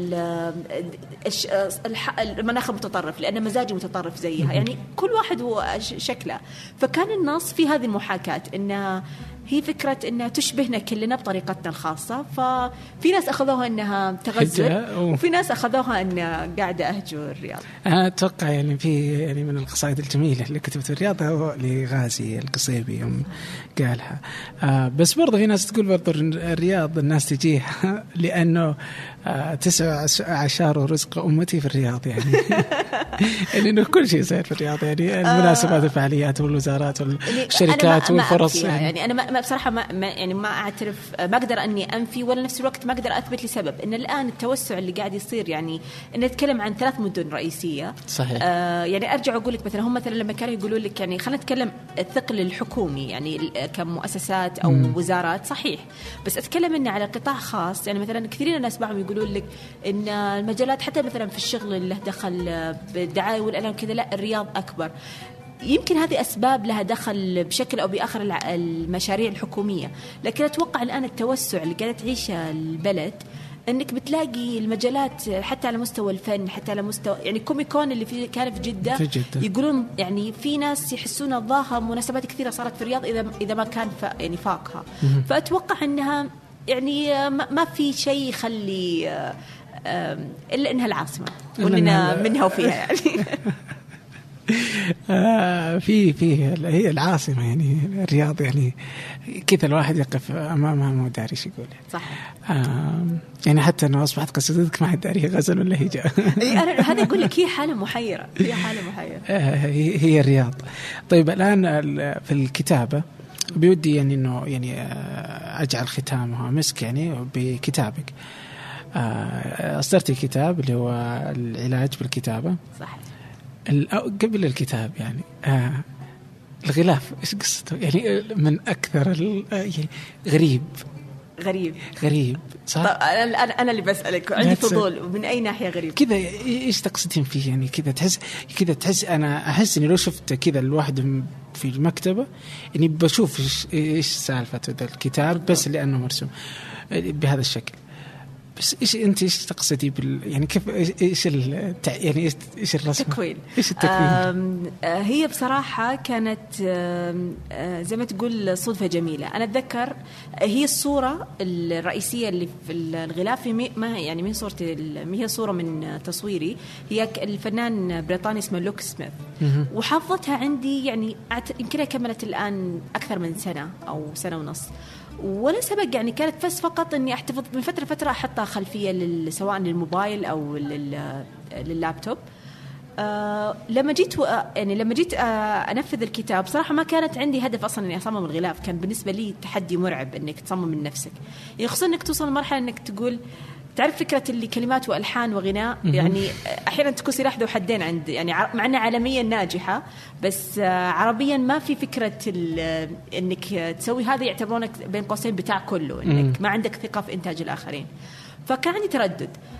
المناخ المتطرف لأن مزاجي متطرف زيها. يعني كل واحد شكله. فكان النص في هذه المحاكاة إنها هي فكرة إنها تشبهنا كلنا بطريقتنا الخاصة. ففي ناس أخذوها إنها تغزل وفي ناس أخذوها إنها قاعدة أهجو الرياض. أنا أتوقع يعني في يعني من القصائد الجميلة اللي كتبت الرياض هو لغازي القصيبي يوم قالها. بس برضه في ناس تقول برضه الرياض الناس تجيها لأنه 9 أعشار ورزق أمتي في الرياض. يعني لأنه كل شيء يصير في الرياض، يعني المناسبات الفعاليات والوزارات والشركات والفرص. يعني أنا ما بصراحة ما أعترف، ما أقدر أني أنفي ولا نفس الوقت ما أقدر أثبت لسبب إن الآن التوسع اللي قاعد يصير. يعني إن نتكلم عن 3 مدن رئيسية. صحيح. يعني أرجع أقول لك مثلا هم مثلا لما كانوا يقولوا لك يعني خلينا نتكلم الثقل الحكومي يعني كمؤسسات أو وزارات صحيح، بس أتكلم إنه على قطاع خاص. يعني مثلا كثيرين الناس بعضهم يقولون لك إن المجالات حتى مثلا في الشغل اللي دخل بالدعاية والإعلام كذا لا الرياض أكبر. يمكن هذه أسباب لها دخل بشكل أو بآخر المشاريع الحكومية، لكن أتوقع الآن التوسع اللي قاعدة تعيشه البلد أنك بتلاقي المجالات حتى على مستوى الفن، حتى على مستوى يعني كوميكون اللي كان في جدة يقولون يعني في ناس يحسون الظاهر مناسبات كثيرة صارت في الرياض إذا ما كان يعني فاقها. فأتوقع أنها يعني ما في شيء يخلي إلا إنها العاصمة وإننا منها وفيها يعني. في هي العاصمة يعني الرياض، يعني كذا الواحد يقف أمامها ما داري ايش يقول. صح. يعني حتى أنه أصبحت قصيدتك ما حد داري غزل ولا هجاء. هذا يقول لك هي حالة محيرة، هي حالة محيرة. هي الرياض. طيب الآن في الكتابة بيودي يعني إنه يعني أجعل ختامها مسك يعني بكتابك. أصدرتي كتاب اللي هو العلاج بالكتابة. صح. قبل الكتاب يعني الغلاف إيش قصته؟ يعني من أكثر يعني غريب صح؟ أنا اللي بسألك عندي فضول من أي ناحية غريب كذا. إيش تقصدين فيه؟ يعني كذا تحس أنا أحس إني لو شفت كذا الواحد في المكتبة إني بشوف إيش سالفة هذا الكتاب بس لأنه مرسوم بهذا الشكل. بس إيش تقصدي يعني كيف يعني إيش الرسم؟ إيش التكوين؟ هي بصراحة كانت زي ما تقول صدفة جميلة. أنا أتذكر هي الصورة الرئيسية اللي في الغلاف ما يعني من صورتي، هي صورة من تصويري. هي الفنان بريطاني اسمه لوك سميث، وحافظتها عندي يعني يمكن كملت الآن أكثر من سنة أو سنة ونص. ولا سبق يعني كانت بس فقط إني أحتفظ من فترة فترة أحطها خلفية سواء للموبايل أو لللابتوب. لما جيت أنفذ الكتاب صراحة ما كانت عندي هدف أصلا إني أصمم الغلاف. كان بالنسبة لي تحدي مرعب إنك تصمم من نفسك، يعني خصوصا إنك توصل لمرحلة إنك تقول تعرف فكرة اللي كلمات وألحان وغناء يعني أحيانا تكون سلاح ذو حدين عند يعني مع أنها عالميا ناجحة بس عربيا ما في فكرة إنك تسوي هذا، يعتبرونك بين قوسين بتاع كله إنك ما عندك ثقة في إنتاج الآخرين. فكان عندي تردد،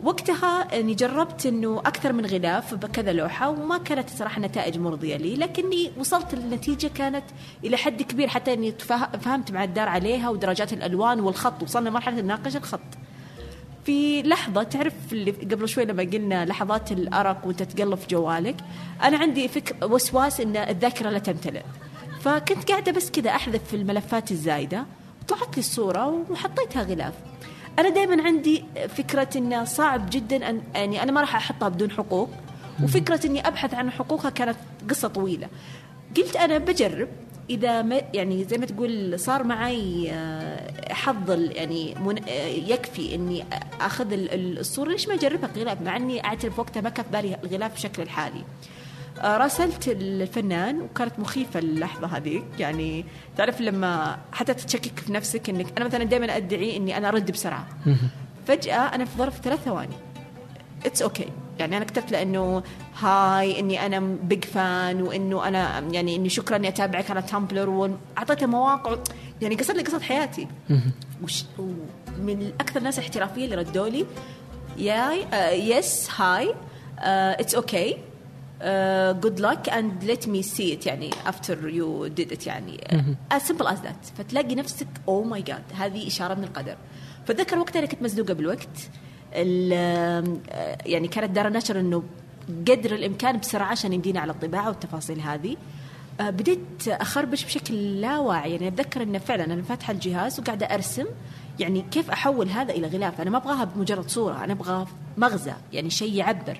وقتها اني جربت انه اكثر من غلاف بكذا لوحه وما كانت صراحه نتائج مرضيه لي، لكني وصلت للنتيجه كانت الى حد كبير، حتى اني فهمت مع الدار عليها ودرجات الالوان والخط، وصلنا مرحله نناقش الخط. في لحظه تعرف اللي قبل شوي لما قلنا لحظات الارق وانت تقلب في جوالك، انا عندي وسواس ان الذاكره لا تمتلئ، فكنت قاعده بس كذا احذف في الملفات الزايده، طلعت لي الصوره وحطيتها غلاف. أنا دائما عندي فكرة إنه صعب جدا أن يعني أنا ما راح أحطها بدون حقوق، وفكرة إني أبحث عن حقوقها كانت قصة طويلة. قلت أنا بجرب إذا ما يعني زي ما تقول صار معي حظ يعني يكفي إني أخذ الصورة، ليش ما أجربها غلاف، مع إني أعترف وقتها ما كان في بالي الغلاف بشكل الحالي. راسلت الفنان وكانت مخيفة اللحظة هذيك، يعني تعرف لما حتى تشكك في نفسك إنك أنا مثلا دائما أدعي إني أنا أرد بسرعة، فجأة أنا في ظرف 3 ثواني it's okay، يعني أنا كتبت لأنه هاي إني أنا بيج فان، وإنه أنا يعني إني شكرا إني أتابعك على تامبلر، وأعطيته مواقع يعني قصت لي قصة حياتي. ومن أكثر الناس احترافية اللي ردوا لي yes hi it's okay good luck and let me see it يعني after you did it يعني as simple as that. فتلاقي نفسك oh my god هذه إشارة من القدر. فذكر وقتها أنا كنت مزنوقة بالوقت، يعني كانت دار النشر إنه قدر الإمكان بسرعة عشان يمدينا على الطباعة والتفاصيل هذه. بديت أخربش بشكل لا واعي، يعني أتذكر إنه فعلا أنا فاتحة الجهاز وقاعدة أرسم، يعني كيف أحول هذا إلى غلاف، أنا ما أبغاها بمجرد صورة، أنا أبغى مغزى يعني شيء يعبر.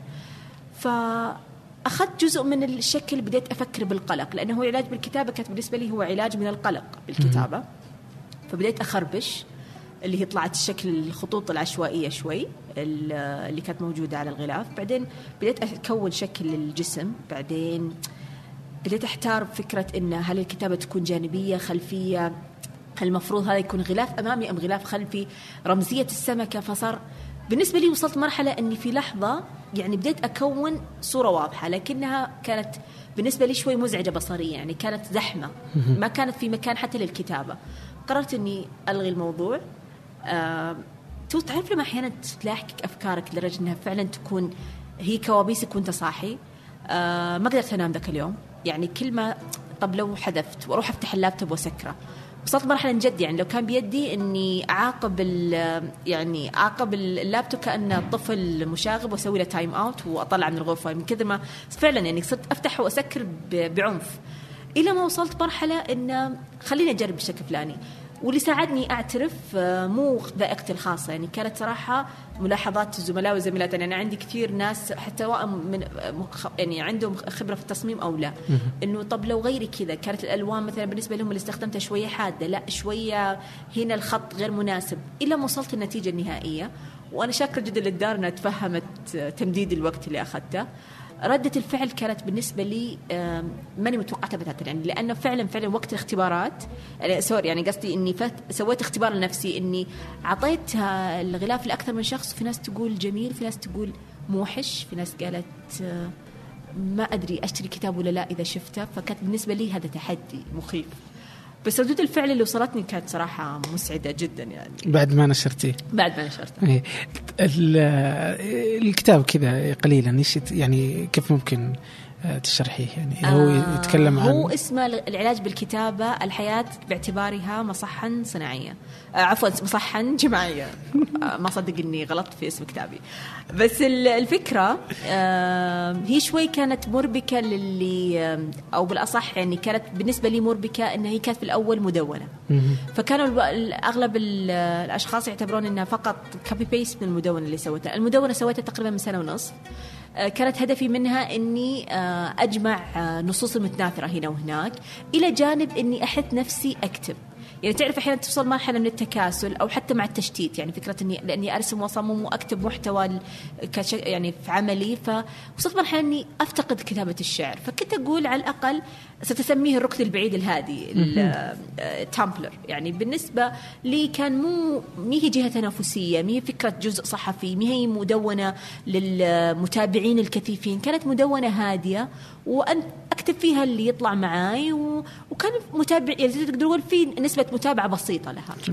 أخذت جزء من الشكل، بديت أفكر بالقلق، لأنه هو علاج بالكتابة كانت بالنسبة لي هو علاج من القلق بالكتابة. فبديت أخربش اللي هي طلعت الشكل الخطوط العشوائية شوي اللي كانت موجودة على الغلاف. بعدين بديت أكون شكل الجسم، بعدين بديت أحتار بفكرة إن هل الكتابة تكون جانبية خلفية، هل المفروض هذا يكون غلاف أمامي أم غلاف خلفي، رمزية السمكة. فصار بالنسبة لي وصلت مرحلة أني في لحظة يعني بديت أكون صورة واضحة، لكنها كانت بالنسبة لي شوي مزعجة بصريا، يعني كانت زحمة، ما كانت في مكان حتى للكتابة. قررت أني ألغي الموضوع. تعرف لما أحيانا تلاحقك أفكارك لدرجة أنها فعلا تكون هي كوابيسك وانت صاحي. ما قدرت أنام ذاك اليوم، يعني كل ما طب لو حذفت وأروح أفتح اللابتوب وسكره. وصلت مرحلة جد يعني لو كان بيدي إني أعاقب اللابتوب كأنه طفل مشاغب وأسوي له تايم أوت وأطلع من الغرفة، من كذا ما فعلا يعني صرت أفتح وأسكر بعنف، إلى ما وصلت مرحلة إن خليني أجرب بشكل فلاني. واللي ساعدني أعترف مو ذائقتي الخاصة، يعني كانت صراحة ملاحظات الزملاء والزميلات. يعني أنا عندي كثير ناس حتى من يعني عندهم خبرة في التصميم أو لا، إنه طب لو غيري كذا، كانت الألوان مثلا بالنسبة لهم اللي استخدمتها شوية حادة، لا شوية هنا الخط غير مناسب، إلى ما وصلت النتيجة النهائية. وأنا شاكرة جدا للدار أنها تفهمت تمديد الوقت اللي أخذته. ردة الفعل كانت بالنسبة لي ماني متوقعتها بتاتا، يعني لأنه فعلا وقت الاختبارات يعني قصدي إني سويت اختبار لنفسي، إني عطيت الغلاف لأكثر من شخص، في ناس تقول جميل، في ناس تقول موحش، في ناس قالت ما أدري أشتري كتاب ولا لا إذا شفته. فكانت بالنسبة لي هذا تحدي مخيف، بس ردود الفعل اللي وصلتني كانت صراحة مسعدة جدا. يعني بعد ما نشرتيه الكتاب كذا قليلا إيش يعني كيف ممكن تشرحيه؟ يعني هو يتكلم عن هو اسمه العلاج بالكتابة، الحياة باعتبارها مصحا صناعية، عفوا مصحا جماعية. ما صدق إني غلطت في اسم كتابي. بس الفكرة هي شوي كانت مربكة للي أو بالأصح يعني كانت بالنسبة لي مربكة، إنها هي كانت في الأول مدونة، فكانوا أغلب الأشخاص يعتبرون إنها فقط كوبي بيست من المدونة اللي سويتها. المدونة سويتها تقريبا من 1.5 سنة. كانت هدفي منها إني أجمع نصوص المتناثرة هنا وهناك، إلى جانب إني أحث نفسي أكتب. يعني تعرف أحيانا توصل مرحلة من التكاسل أو حتى مع التشتيت، يعني فكرة لأني أرسم وأصمم وأكتب محتوى يعني في عملي، فوصلت مرحلة إني أفتقد كتابة الشعر. فكنت أقول على الأقل ستسميه الركض البعيد الهادي التامبلر. يعني بالنسبة لي كان مي هي جهة تنافسية، مي فكرة جزء صحفي، مي هي مدونة للمتابعين الكثيفين، كانت مدونة هادية وأن أكتب فيها اللي يطلع معاي، وكان متابع يعني تقدر تقول في نسبة متابعة بسيطة لها.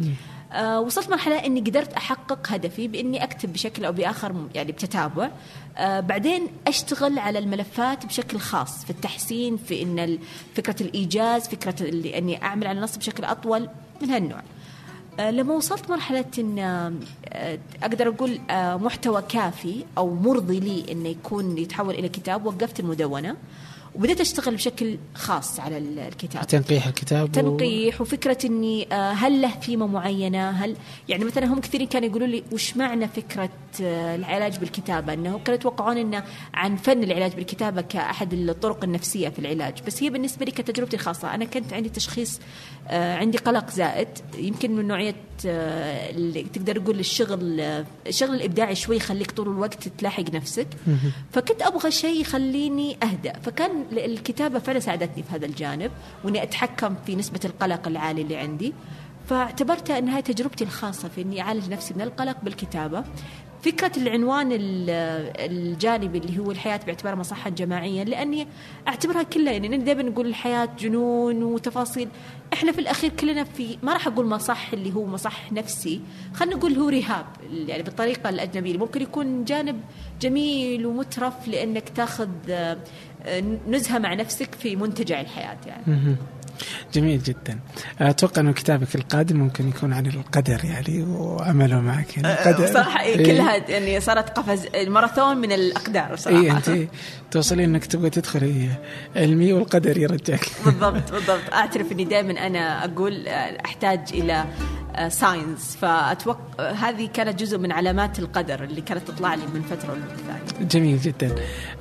وصلت مرحلة إني قدرت أحقق هدفي بإني أكتب بشكل أو بآخر يعني بتتابع. بعدين أشتغل على الملفات بشكل خاص في التحسين، في إن فكرة الإيجاز، فكرة اللي إني أعمل على النص بشكل أطول من هالنوع. لما وصلت مرحلة إن أقدر أقول محتوى كافي أو مرضي لي إنه يكون يتحول إلى كتاب، وقفت المدونة وبدأت أشتغل بشكل خاص على الكتاب، تنقيح الكتاب، تنقيح وفكرة إني هل له ثيمة معينة، هل يعني مثلا هم كثيرين كانوا يقولوا لي وش معنى فكرة العلاج بالكتابة، أنه كانوا يتوقعون إنه عن فن العلاج بالكتابة كأحد الطرق النفسية في العلاج، بس هي بالنسبة لي كتجربتي الخاصة. أنا كنت عندي تشخيص، عندي قلق زائد، يمكن من نوعية اللي تقدر تقول الشغل الإبداعي شوي يخليك طول الوقت تلاحق نفسك، فكنت أبغى شيء يخليني أهدأ، فكان الكتابة فعلا ساعدتني في هذا الجانب، وإني أتحكم في نسبة القلق العالي اللي عندي، فاعتبرتها أنها تجربتي الخاصة في إني أعالج نفسي من القلق بالكتابة. فكرة العنوان الجانبي اللي هو الحياة باعتبارها مصحة جماعية، لأني أعتبرها كلها، يعني دائما نقول الحياة جنون وتفاصيل، إحنا في الأخير كلنا في، ما راح أقول مصح اللي هو مصح نفسي، خلنا نقول هو رهاب يعني بالطريقة الأجنبية، ممكن يكون جانب جميل ومترف لأنك تاخذ نزهة مع نفسك في منتجع الحياة يعني. جميل جدا. أتوقع أنه كتابك القادم ممكن يكون عن القدر يعني وعمله معك يعني القدر صراحة كلها يعني صارت قفز ماراثون من الأقدار صراحة. أنت توصلين أنك تبغى تدخلي علمي والقدر يرجعك. بالضبط. أعترف أني دائما أنا أقول أحتاج إلى ساينس، فأتوقع هذه كانت جزء من علامات القدر اللي كانت تطلع لي من فترة للثانية. جميل جدا.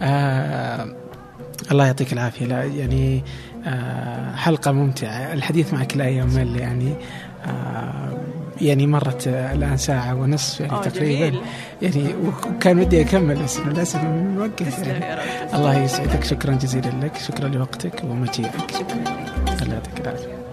الله يعطيك العافية. لا يعني حلقة ممتعة، الحديث معك لا يمل يعني. يعني مرت الآن ساعة ونصف يعني تقريبا يعني، وكان بدي أكمل بس للأسف نوقف يعني. الله يسعدك، شكرا جزيلا لك، شكرا لوقتك ومجيئك. شكرا لك. الله يعطيك العافية.